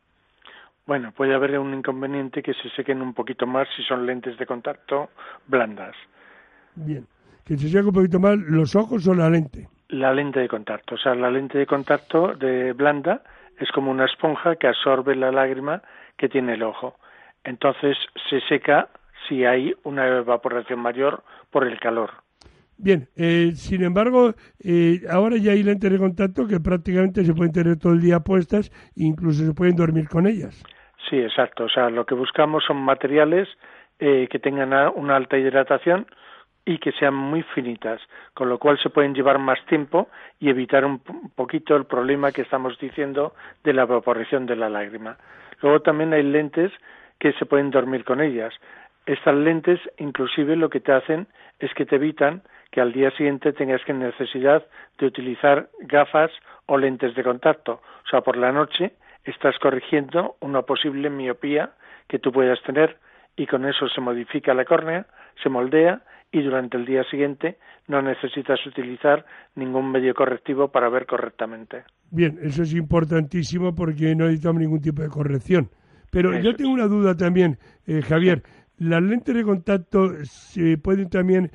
Bueno, puede haber un inconveniente que se sequen un poquito más si son lentes de contacto blandas. Bien, que se seque un poquito más los ojos o la lente. La lente de contacto, o sea, la lente de contacto de blanda es como una esponja que absorbe la lágrima que tiene el ojo. Entonces se seca si hay una evaporación mayor por el calor. Bien, sin embargo, ahora ya hay lentes de contacto que prácticamente se pueden tener todo el día puestas e incluso se pueden dormir con ellas. Sí, exacto. O sea, lo que buscamos son materiales que tengan una alta hidratación y que sean muy finitas, con lo cual se pueden llevar más tiempo y evitar un poquito el problema que estamos diciendo de la evaporación de la lágrima. Luego también hay lentes que se pueden dormir con ellas. Estas lentes, inclusive, lo que te hacen es que te evitan que al día siguiente tengas que necesidad de utilizar gafas o lentes de contacto. O sea, por la noche estás corrigiendo una posible miopía que tú puedas tener y con eso se modifica la córnea, se moldea y durante el día siguiente no necesitas utilizar ningún medio correctivo para ver correctamente. Bien, eso es importantísimo porque no necesitamos ningún tipo de corrección. Pero Eso yo tengo una duda también, Javier. Sí. ¿Las lentes de contacto se pueden también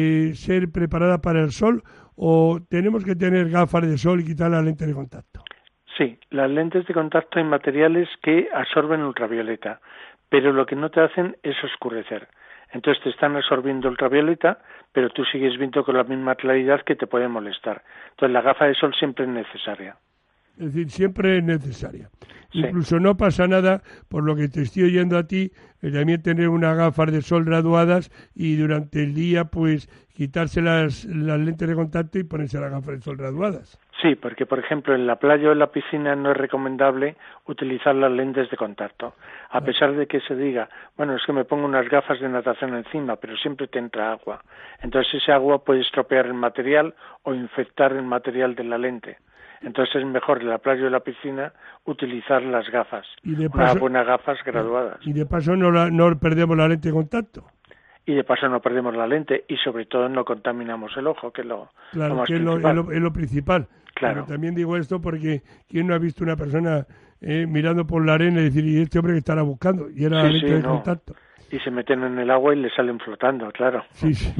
ser preparadas para el sol o tenemos que tener gafas de sol y quitar la lente de contacto? Sí, las lentes de contacto hay materiales que absorben ultravioleta, pero lo que no te hacen es oscurecer. Entonces te están absorbiendo ultravioleta, pero tú sigues viendo con la misma claridad que te puede molestar. Entonces la gafa de sol siempre es necesaria. Es decir, siempre es necesaria. Sí. Incluso no pasa nada, por lo que te estoy oyendo a ti, también tener unas gafas de sol graduadas y durante el día pues quitarse las lentes de contacto y ponerse las gafas de sol graduadas. Sí, porque por ejemplo en la playa o en la piscina no es recomendable utilizar las lentes de contacto, a pesar de que se diga, bueno, es que me pongo unas gafas de natación encima, pero siempre te entra agua. Entonces ese agua puede estropear el material o infectar el material de la lente. Entonces es mejor en la playa o en la piscina utilizar las gafas, unas buenas gafas graduadas. Y de paso no perdemos la lente de contacto. Y de paso no perdemos la lente y sobre todo no contaminamos el ojo, que es lo más que principal. Es lo principal. Claro. Pero también digo esto porque ¿quién no ha visto una persona mirando por la arena y decir, ¿y este hombre que estará buscando? Y era la lente de contacto. Y se meten en el agua y le salen flotando, claro. Sí, sí.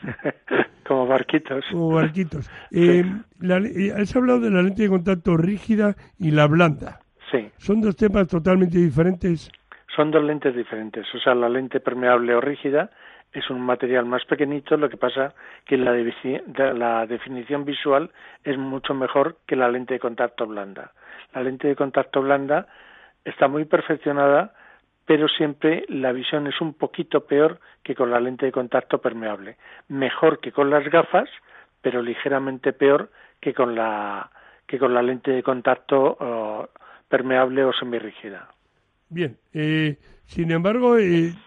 Como barquitos. Como barquitos. Sí. Has hablado de la lente de contacto rígida y la blanda. Sí. ¿Son dos temas totalmente diferentes? Son dos lentes diferentes. O sea, la lente permeable o rígida es un material más pequeñito, lo que pasa que la definición visual es mucho mejor que la lente de contacto blanda. La lente de contacto blanda está muy perfeccionada, pero siempre la visión es un poquito peor que con la lente de contacto permeable. Mejor que con las gafas, pero ligeramente peor que con la lente de contacto permeable o semirrígida. Bien, sin embargo,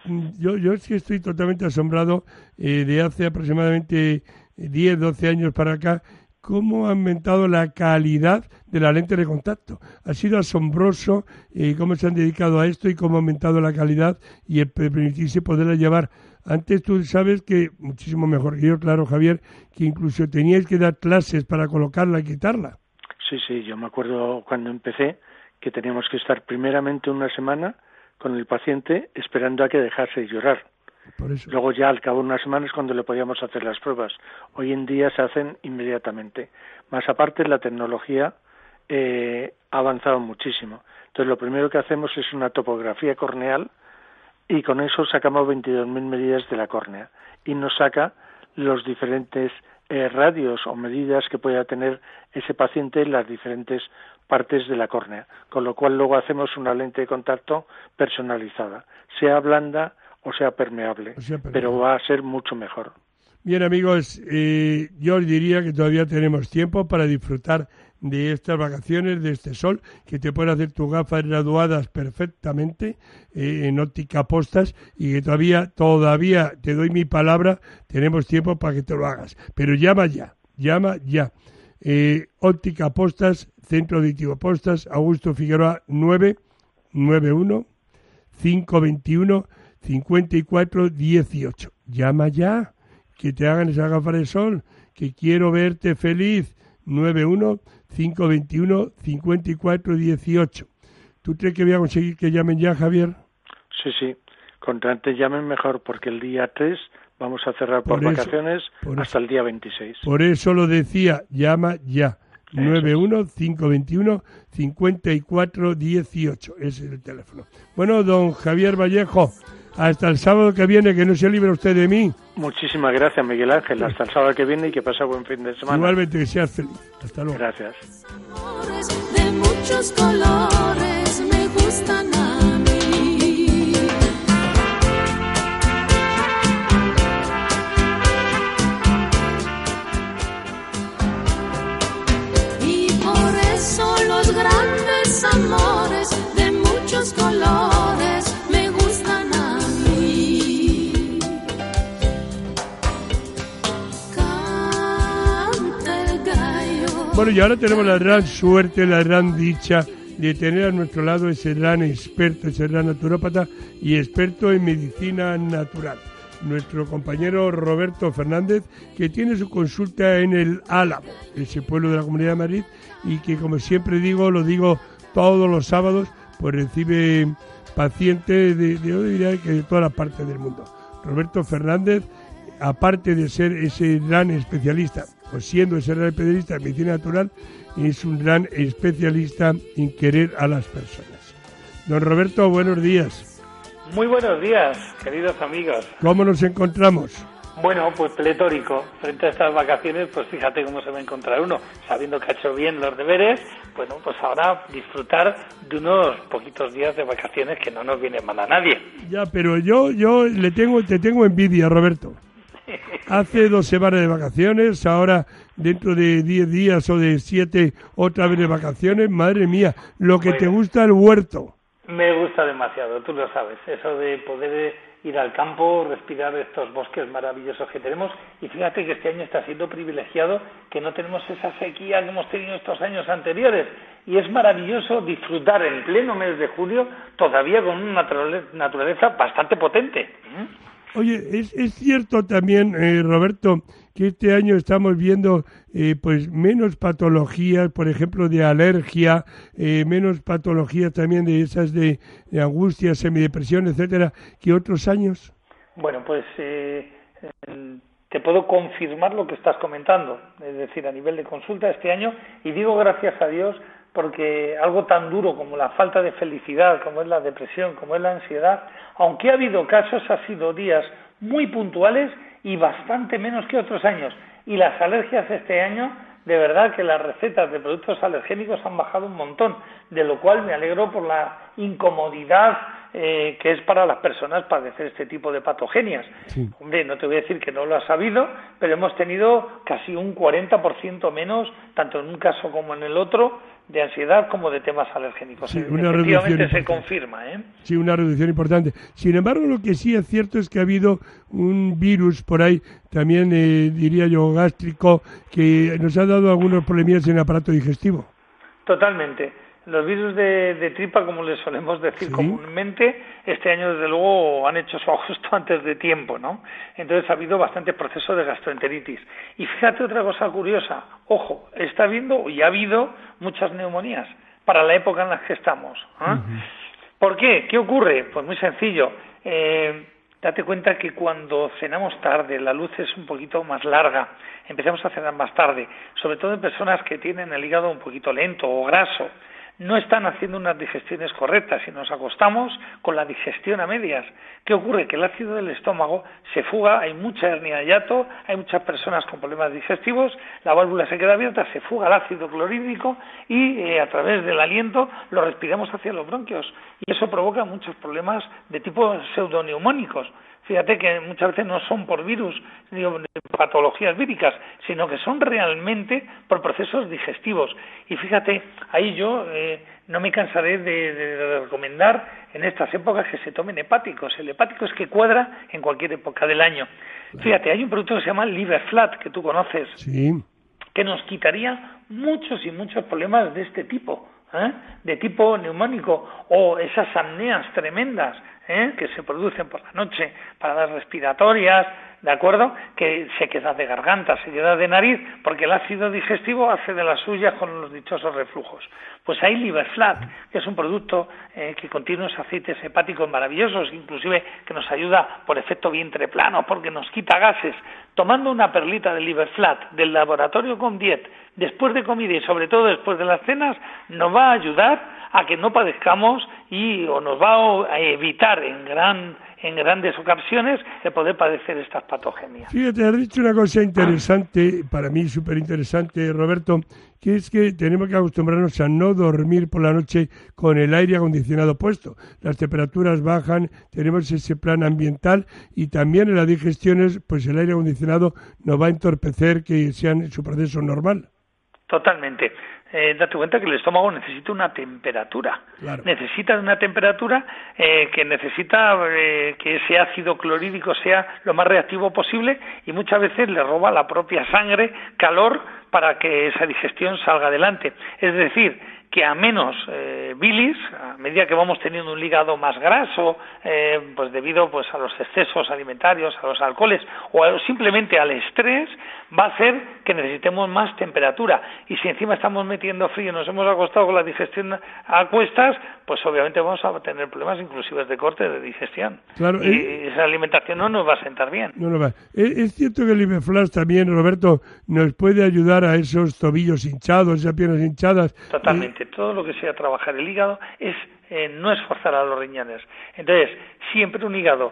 yo sí estoy totalmente asombrado de hace aproximadamente 10, 12 años para acá, cómo ha aumentado la calidad de la lente de contacto. Ha sido asombroso cómo se han dedicado a esto y cómo ha aumentado la calidad y el permitirse poderla llevar. Antes tú sabes que, muchísimo mejor que yo, claro, Javier, que incluso teníais que dar clases para colocarla y quitarla. Sí, yo me acuerdo cuando empecé que teníamos que estar primeramente una semana con el paciente esperando a que dejase de llorar. Por eso. Luego ya al cabo de unas semanas cuando le podíamos hacer las pruebas. Hoy en día se hacen inmediatamente. Más aparte la tecnología ha avanzado muchísimo. Entonces lo primero que hacemos es una topografía corneal y con eso sacamos 22.000 medidas de la córnea y nos saca los diferentes radios o medidas que pueda tener ese paciente en las diferentes partes de la córnea, con lo cual luego hacemos una lente de contacto personalizada, sea blanda o sea permeable, pero va a ser mucho mejor. Bien, amigos, yo os diría que todavía tenemos tiempo para disfrutar de estas vacaciones, de este sol, que te pueden hacer tus gafas graduadas perfectamente en óptica postas y que todavía te doy mi palabra, tenemos tiempo para que te lo hagas. Pero llama ya. Óptica Postas, Centro Auditivo Postas, Augusto Figueroa 991 521 54 18. Llama ya, que te hagan esa gafas de sol, que quiero verte feliz. 91 521 54 18. ¿Tú crees que voy a conseguir que llamen ya, Javier? Sí. Contra antes llamen mejor, porque el día 3 vamos a cerrar por vacaciones hasta el día 26. Por eso lo decía, llama ya. 91 521 54 18. Ese es el teléfono. Bueno, don Javier Vallejo, hasta el sábado que viene, que no se libre usted de mí. Muchísimas gracias, Miguel Ángel. Hasta el sábado que viene y que pase buen fin de semana. Igualmente, que seas feliz. Hasta luego. Gracias. De muchos colores me gustan a mí. Y por eso los grandes amores de muchos colores me gustan a mí. Canta el gallo. Bueno, y ahora tenemos la gran suerte, la gran dicha de tener a nuestro lado ese gran experto, ese gran naturópata y experto en medicina natural. Nuestro compañero Roberto Fernández, que tiene su consulta en el Álamo, ese pueblo de la Comunidad de Madrid, y que, como siempre digo, lo digo todos los sábados, pues recibe pacientes de todas las partes del mundo. Roberto Fernández, aparte de ser ese gran especialista, o siendo ese gran especialista en medicina natural, es un gran especialista en querer a las personas. Don Roberto, buenos días. Muy buenos días, queridos amigos. ¿Cómo nos encontramos? Bueno, pues pletórico. Frente a estas vacaciones, pues fíjate cómo se va a encontrar uno. Tengo que ha hecho bien los deberes, bueno, pues ahora disfrutar de unos poquitos días de vacaciones que no nos viene mal a nadie. Ya, pero yo te tengo envidia, Roberto. Hace 2 semanas de vacaciones, ahora dentro de 10 días o de 7 otra vez de vacaciones. Madre mía, lo que te gusta el huerto. Me gusta demasiado, tú lo sabes, eso de poder ir al campo, respirar estos bosques maravillosos que tenemos, y fíjate que este año está siendo privilegiado, que no tenemos esa sequía que hemos tenido estos años anteriores, y es maravilloso disfrutar en pleno mes de julio todavía con una naturaleza bastante potente. Oye, es cierto también, Roberto, que este año estamos viendo pues menos patologías, por ejemplo, de alergia, menos patologías también de esas de angustia, semidepresión, etcétera, que otros años. Bueno, pues te puedo confirmar lo que estás comentando, es decir, a nivel de consulta este año, y digo gracias a Dios porque algo tan duro como la falta de felicidad, como es la depresión, como es la ansiedad, aunque ha habido casos, ha sido días muy puntuales y bastante menos que otros años. Y las alergias este año, de verdad que las recetas de productos alergénicos han bajado un montón, de lo cual me alegro por la incomodidad que es para las personas padecer este tipo de patogenias. Sí. Hombre, no te voy a decir que no lo has sabido, pero hemos tenido casi un 40% menos, tanto en un caso como en el otro, de ansiedad como de temas alergénicos. Sí, efectivamente se confirma, Sí, una reducción importante. Sin embargo, lo que sí es cierto es que ha habido un virus por ahí, también diría yo gástrico, que nos ha dado algunos problemas en el aparato digestivo. Totalmente. Los virus de tripa, como les solemos decir comúnmente, este año desde luego han hecho su ajuste antes de tiempo, ¿no? Entonces ha habido bastante proceso de gastroenteritis. Y fíjate otra cosa curiosa, ojo, está habiendo y ha habido muchas neumonías para la época en la que estamos. ¿Por qué? ¿Qué ocurre? Pues muy sencillo. Date cuenta que cuando cenamos tarde, la luz es un poquito más larga, empezamos a cenar más tarde, sobre todo en personas que tienen el hígado un poquito lento o graso, no están haciendo unas digestiones correctas y nos acostamos con la digestión a medias. ¿Qué ocurre? Que el ácido del estómago se fuga, hay mucha hernia de hiato, hay muchas personas con problemas digestivos, la válvula se queda abierta, se fuga el ácido clorhídrico y a través del aliento lo respiramos hacia los bronquios y eso provoca muchos problemas de tipo pseudoneumónicos. Fíjate que muchas veces no son por virus, digo, de patologías víricas, sino que son realmente por procesos digestivos. Y fíjate, ahí yo no me cansaré de recomendar en estas épocas que se tomen hepáticos. El hepático es que cuadra en cualquier época del año. Fíjate, hay un producto que se llama Liver Flat, que tú conoces, que nos quitaría muchos y muchos problemas de este tipo, de tipo neumónico, o esas apneas tremendas, que se producen por la noche, paradas respiratorias, ¿de acuerdo? Que sequedad de garganta, sequedad de nariz, porque el ácido digestivo hace de las suyas con los dichosos reflujos. Pues hay Liverflat, que es un producto que contiene unos aceites hepáticos maravillosos, inclusive que nos ayuda por efecto vientre plano, porque nos quita gases. Tomando una perlita de Liverflat del laboratorio Condiet, después de comida y sobre todo después de las cenas, nos va a ayudar a que no padezcamos o nos va a evitar en grandes ocasiones el poder padecer estas patogenias. Fíjate, has dicho una cosa interesante, para mí súper interesante, Roberto, que es que tenemos que acostumbrarnos a no dormir por la noche con el aire acondicionado puesto. Las temperaturas bajan, tenemos ese plan ambiental y también en las digestiones, pues el aire acondicionado nos va a entorpecer que sean su proceso normal. Totalmente. Date cuenta que el estómago necesita una temperatura. Claro. Necesita una temperatura que necesita que ese ácido clorhídrico sea lo más reactivo posible y muchas veces le roba la propia sangre calor para que esa digestión salga adelante. Es decir, que a menos bilis, a medida que vamos teniendo un hígado más graso, pues debido pues a los excesos alimentarios, a los alcoholes o simplemente al estrés, va a hacer que necesitemos más temperatura. Y si encima estamos metiendo frío y nos hemos acostado con la digestión a cuestas, pues obviamente vamos a tener problemas inclusive de corte de digestión. Claro, y esa alimentación no nos va a sentar bien. No nos va. Es cierto que el Liverflat también, Roberto, nos puede ayudar a esos tobillos hinchados, esas piernas hinchadas. Totalmente. Todo lo que sea trabajar el hígado es no esforzar a los riñones. Entonces, siempre un hígado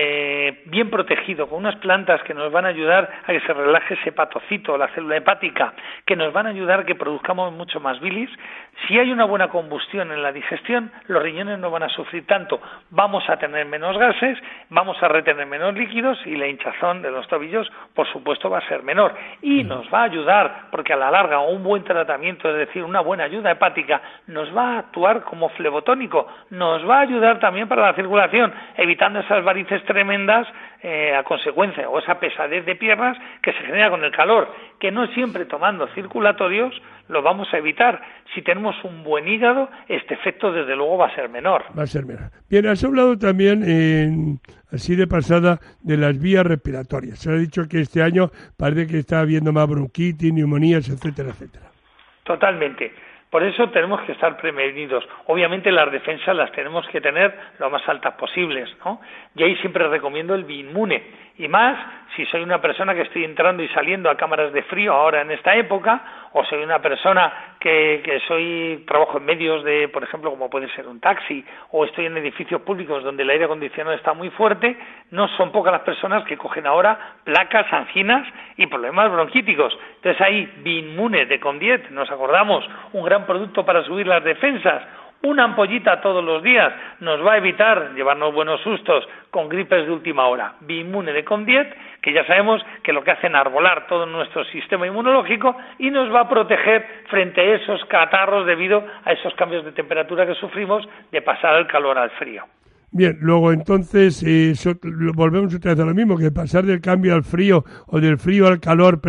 bien protegido, con unas plantas que nos van a ayudar a que se relaje ese hepatocito, la célula hepática, que nos van a ayudar a que produzcamos mucho más bilis. Si hay una buena combustión en la digestión, los riñones no van a sufrir tanto. Vamos a tener menos gases, vamos a retener menos líquidos y la hinchazón de los tobillos, por supuesto, va a ser menor. Y nos va a ayudar, porque a la larga un buen tratamiento, es decir, una buena ayuda hepática, nos va a actuar como flebotónico, nos va a ayudar también para la circulación, evitando esas varices tremendas a consecuencia, o esa pesadez de piernas que se genera con el calor, que no siempre tomando circulatorios lo vamos a evitar. Si tenemos un buen hígado, este efecto desde luego va a ser menor. Va a ser menor. Bien, has hablado también, así de pasada, de las vías respiratorias. Se ha dicho que este año parece que está habiendo más bronquitis, neumonías, etcétera, etcétera. Totalmente. Por eso tenemos que estar prevenidos. Obviamente las defensas las tenemos que tener lo más altas posibles, ¿no? Y ahí siempre recomiendo el Biinmune. Y más si soy una persona que estoy entrando y saliendo a cámaras de frío ahora en esta época, o soy una persona que trabajo en medios de, por ejemplo, como puede ser un taxi, o estoy en edificios públicos donde el aire acondicionado está muy fuerte, no son pocas las personas que cogen ahora placas, anginas y problemas bronquíticos. Entonces ahí, Biinmune de Condiet, nos acordamos, un gran producto para subir las defensas. Una ampollita todos los días nos va a evitar llevarnos buenos sustos con gripes de última hora. Biinmune de Condiet, que ya sabemos que lo que hace es enarbolar todo nuestro sistema inmunológico y nos va a proteger frente a esos catarros debido a esos cambios de temperatura que sufrimos de pasar del calor al frío. Bien, luego entonces volvemos otra vez a lo mismo, que pasar del cambio al frío o del frío al calor,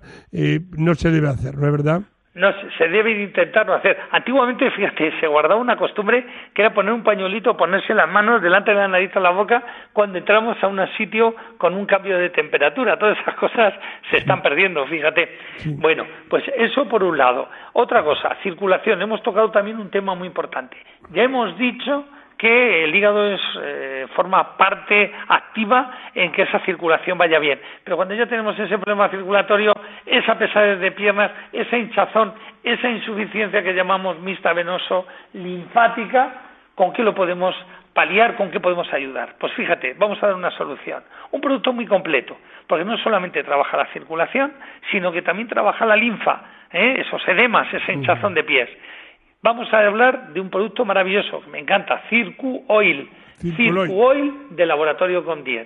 no se debe hacer, ¿no es verdad? No, se debe intentarlo hacer. Antiguamente, fíjate, se guardaba una costumbre que era poner un pañuelito, ponerse las manos delante de la nariz a la boca cuando entramos a un sitio con un cambio de temperatura. Todas esas cosas se están perdiendo, fíjate. Sí. Bueno, pues eso por un lado. Otra cosa, circulación. Hemos tocado también un tema muy importante. Ya hemos dicho que el hígado forma parte activa en que esa circulación vaya bien. Pero cuando ya tenemos ese problema circulatorio, esa pesadez de piernas, esa hinchazón, esa insuficiencia que llamamos mixta venoso linfática, ¿con qué lo podemos paliar? ¿Con qué podemos ayudar? Pues fíjate, vamos a dar una solución. Un producto muy completo, porque no solamente trabaja la circulación, sino que también trabaja la linfa, esos edemas, esa hinchazón de pies. Vamos a hablar de un producto maravilloso, que me encanta, Circuoil. Circuoil de Laboratorio Condiet.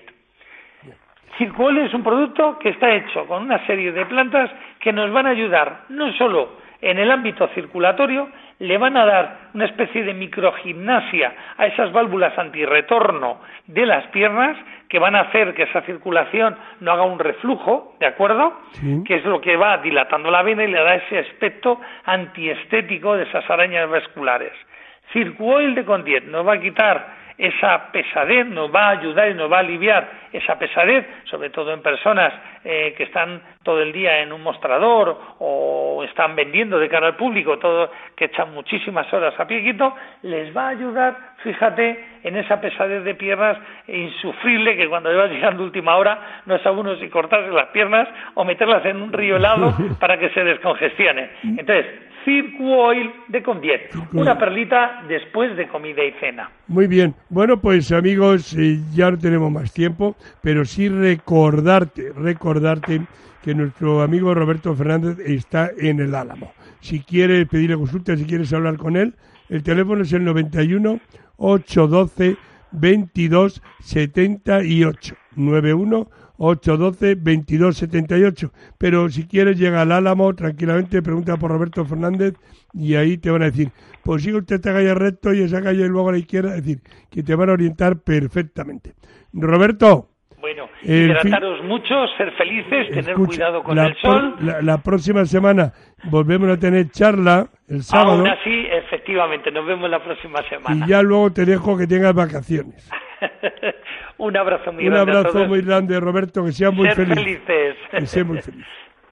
Circuoil es un producto que está hecho con una serie de plantas que nos van a ayudar no solo en el ámbito circulatorio, le van a dar una especie de microgimnasia a esas válvulas antirretorno de las piernas que van a hacer que esa circulación no haga un reflujo, ¿de acuerdo? Sí. Que es lo que va dilatando la vena y le da ese aspecto antiestético de esas arañas vasculares. Circuoil de Condiet nos va a quitar esa pesadez, nos va a ayudar y nos va a aliviar esa pesadez, sobre todo en personas que están todo el día en un mostrador o están vendiendo de cara al público, todo, que echan muchísimas horas a pie quieto, les va a ayudar, fíjate, en esa pesadez de piernas insufrible que cuando vas llegando última hora no es a uno si cortarse las piernas o meterlas en un río helado para que se descongestione. Entonces, Circuoil de Condiet, una perlita después de comida y cena. Muy bien. Bueno, pues amigos, ya no tenemos más tiempo, pero sí recordarte que nuestro amigo Roberto Fernández está en el Álamo. Si quieres pedirle consulta, si quieres hablar con él, el teléfono es el 91 812 22 78 91 812 22 78. Pero si quieres llega al Álamo tranquilamente, pregunta por Roberto Fernández y ahí te van a decir, pues sigue usted esta calle recto y esa calle luego a la izquierda, es decir, que te van a orientar perfectamente. Roberto. Bueno, hidrataros mucho, ser felices, tener cuidado con el sol. La próxima semana volvemos a tener charla el sábado. Aún así, efectivamente, nos vemos la próxima semana. Y ya luego te dejo que tengas vacaciones. Un abrazo muy grande. Un abrazo muy grande, Roberto, que seas muy feliz. Felices. Que seas muy feliz.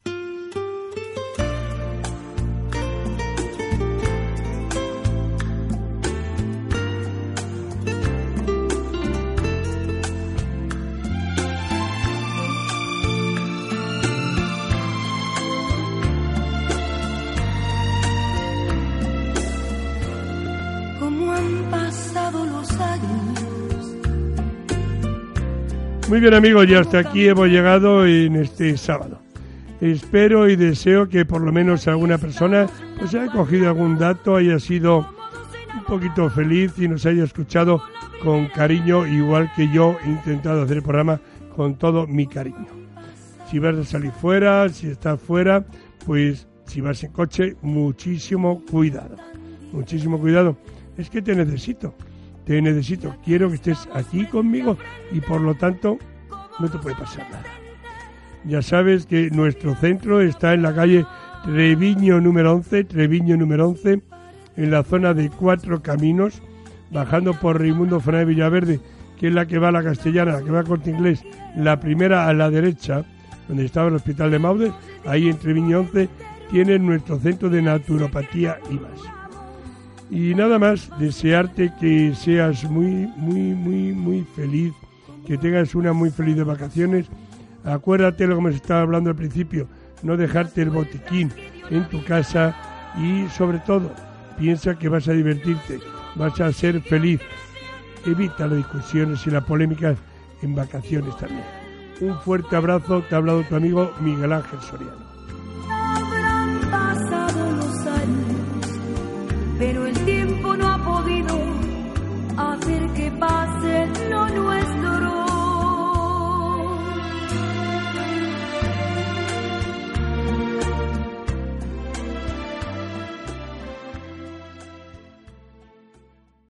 Muy bien amigos, ya hasta aquí hemos llegado en este sábado. Espero y deseo que por lo menos alguna persona pues haya cogido algún dato, haya sido un poquito feliz y nos haya escuchado con cariño, igual que yo he intentado hacer el programa con todo mi cariño. Si vas a salir fuera, si estás fuera, pues si vas en coche, muchísimo cuidado. Muchísimo cuidado. Es que te necesito, quiero que estés aquí conmigo y por lo tanto no te puede pasar nada. Ya sabes que nuestro centro está en la calle Treviño número 11, en la zona de Cuatro Caminos, bajando por Raimundo Fernández Villaverde, que es la que va a la Castellana, la que va a Corte Inglés, la primera a la derecha, donde estaba el Hospital de Maudes, ahí en Treviño 11, tiene nuestro centro de naturopatía y más. Y nada más, desearte que seas muy feliz, que tengas una muy feliz de vacaciones. Acuérdate lo que hemos estado hablando al principio, no dejarte el botiquín en tu casa y sobre todo, piensa que vas a divertirte, vas a ser feliz. Evita las discusiones y las polémicas en vacaciones también. Un fuerte abrazo, te ha hablado tu amigo Miguel Ángel Soriano.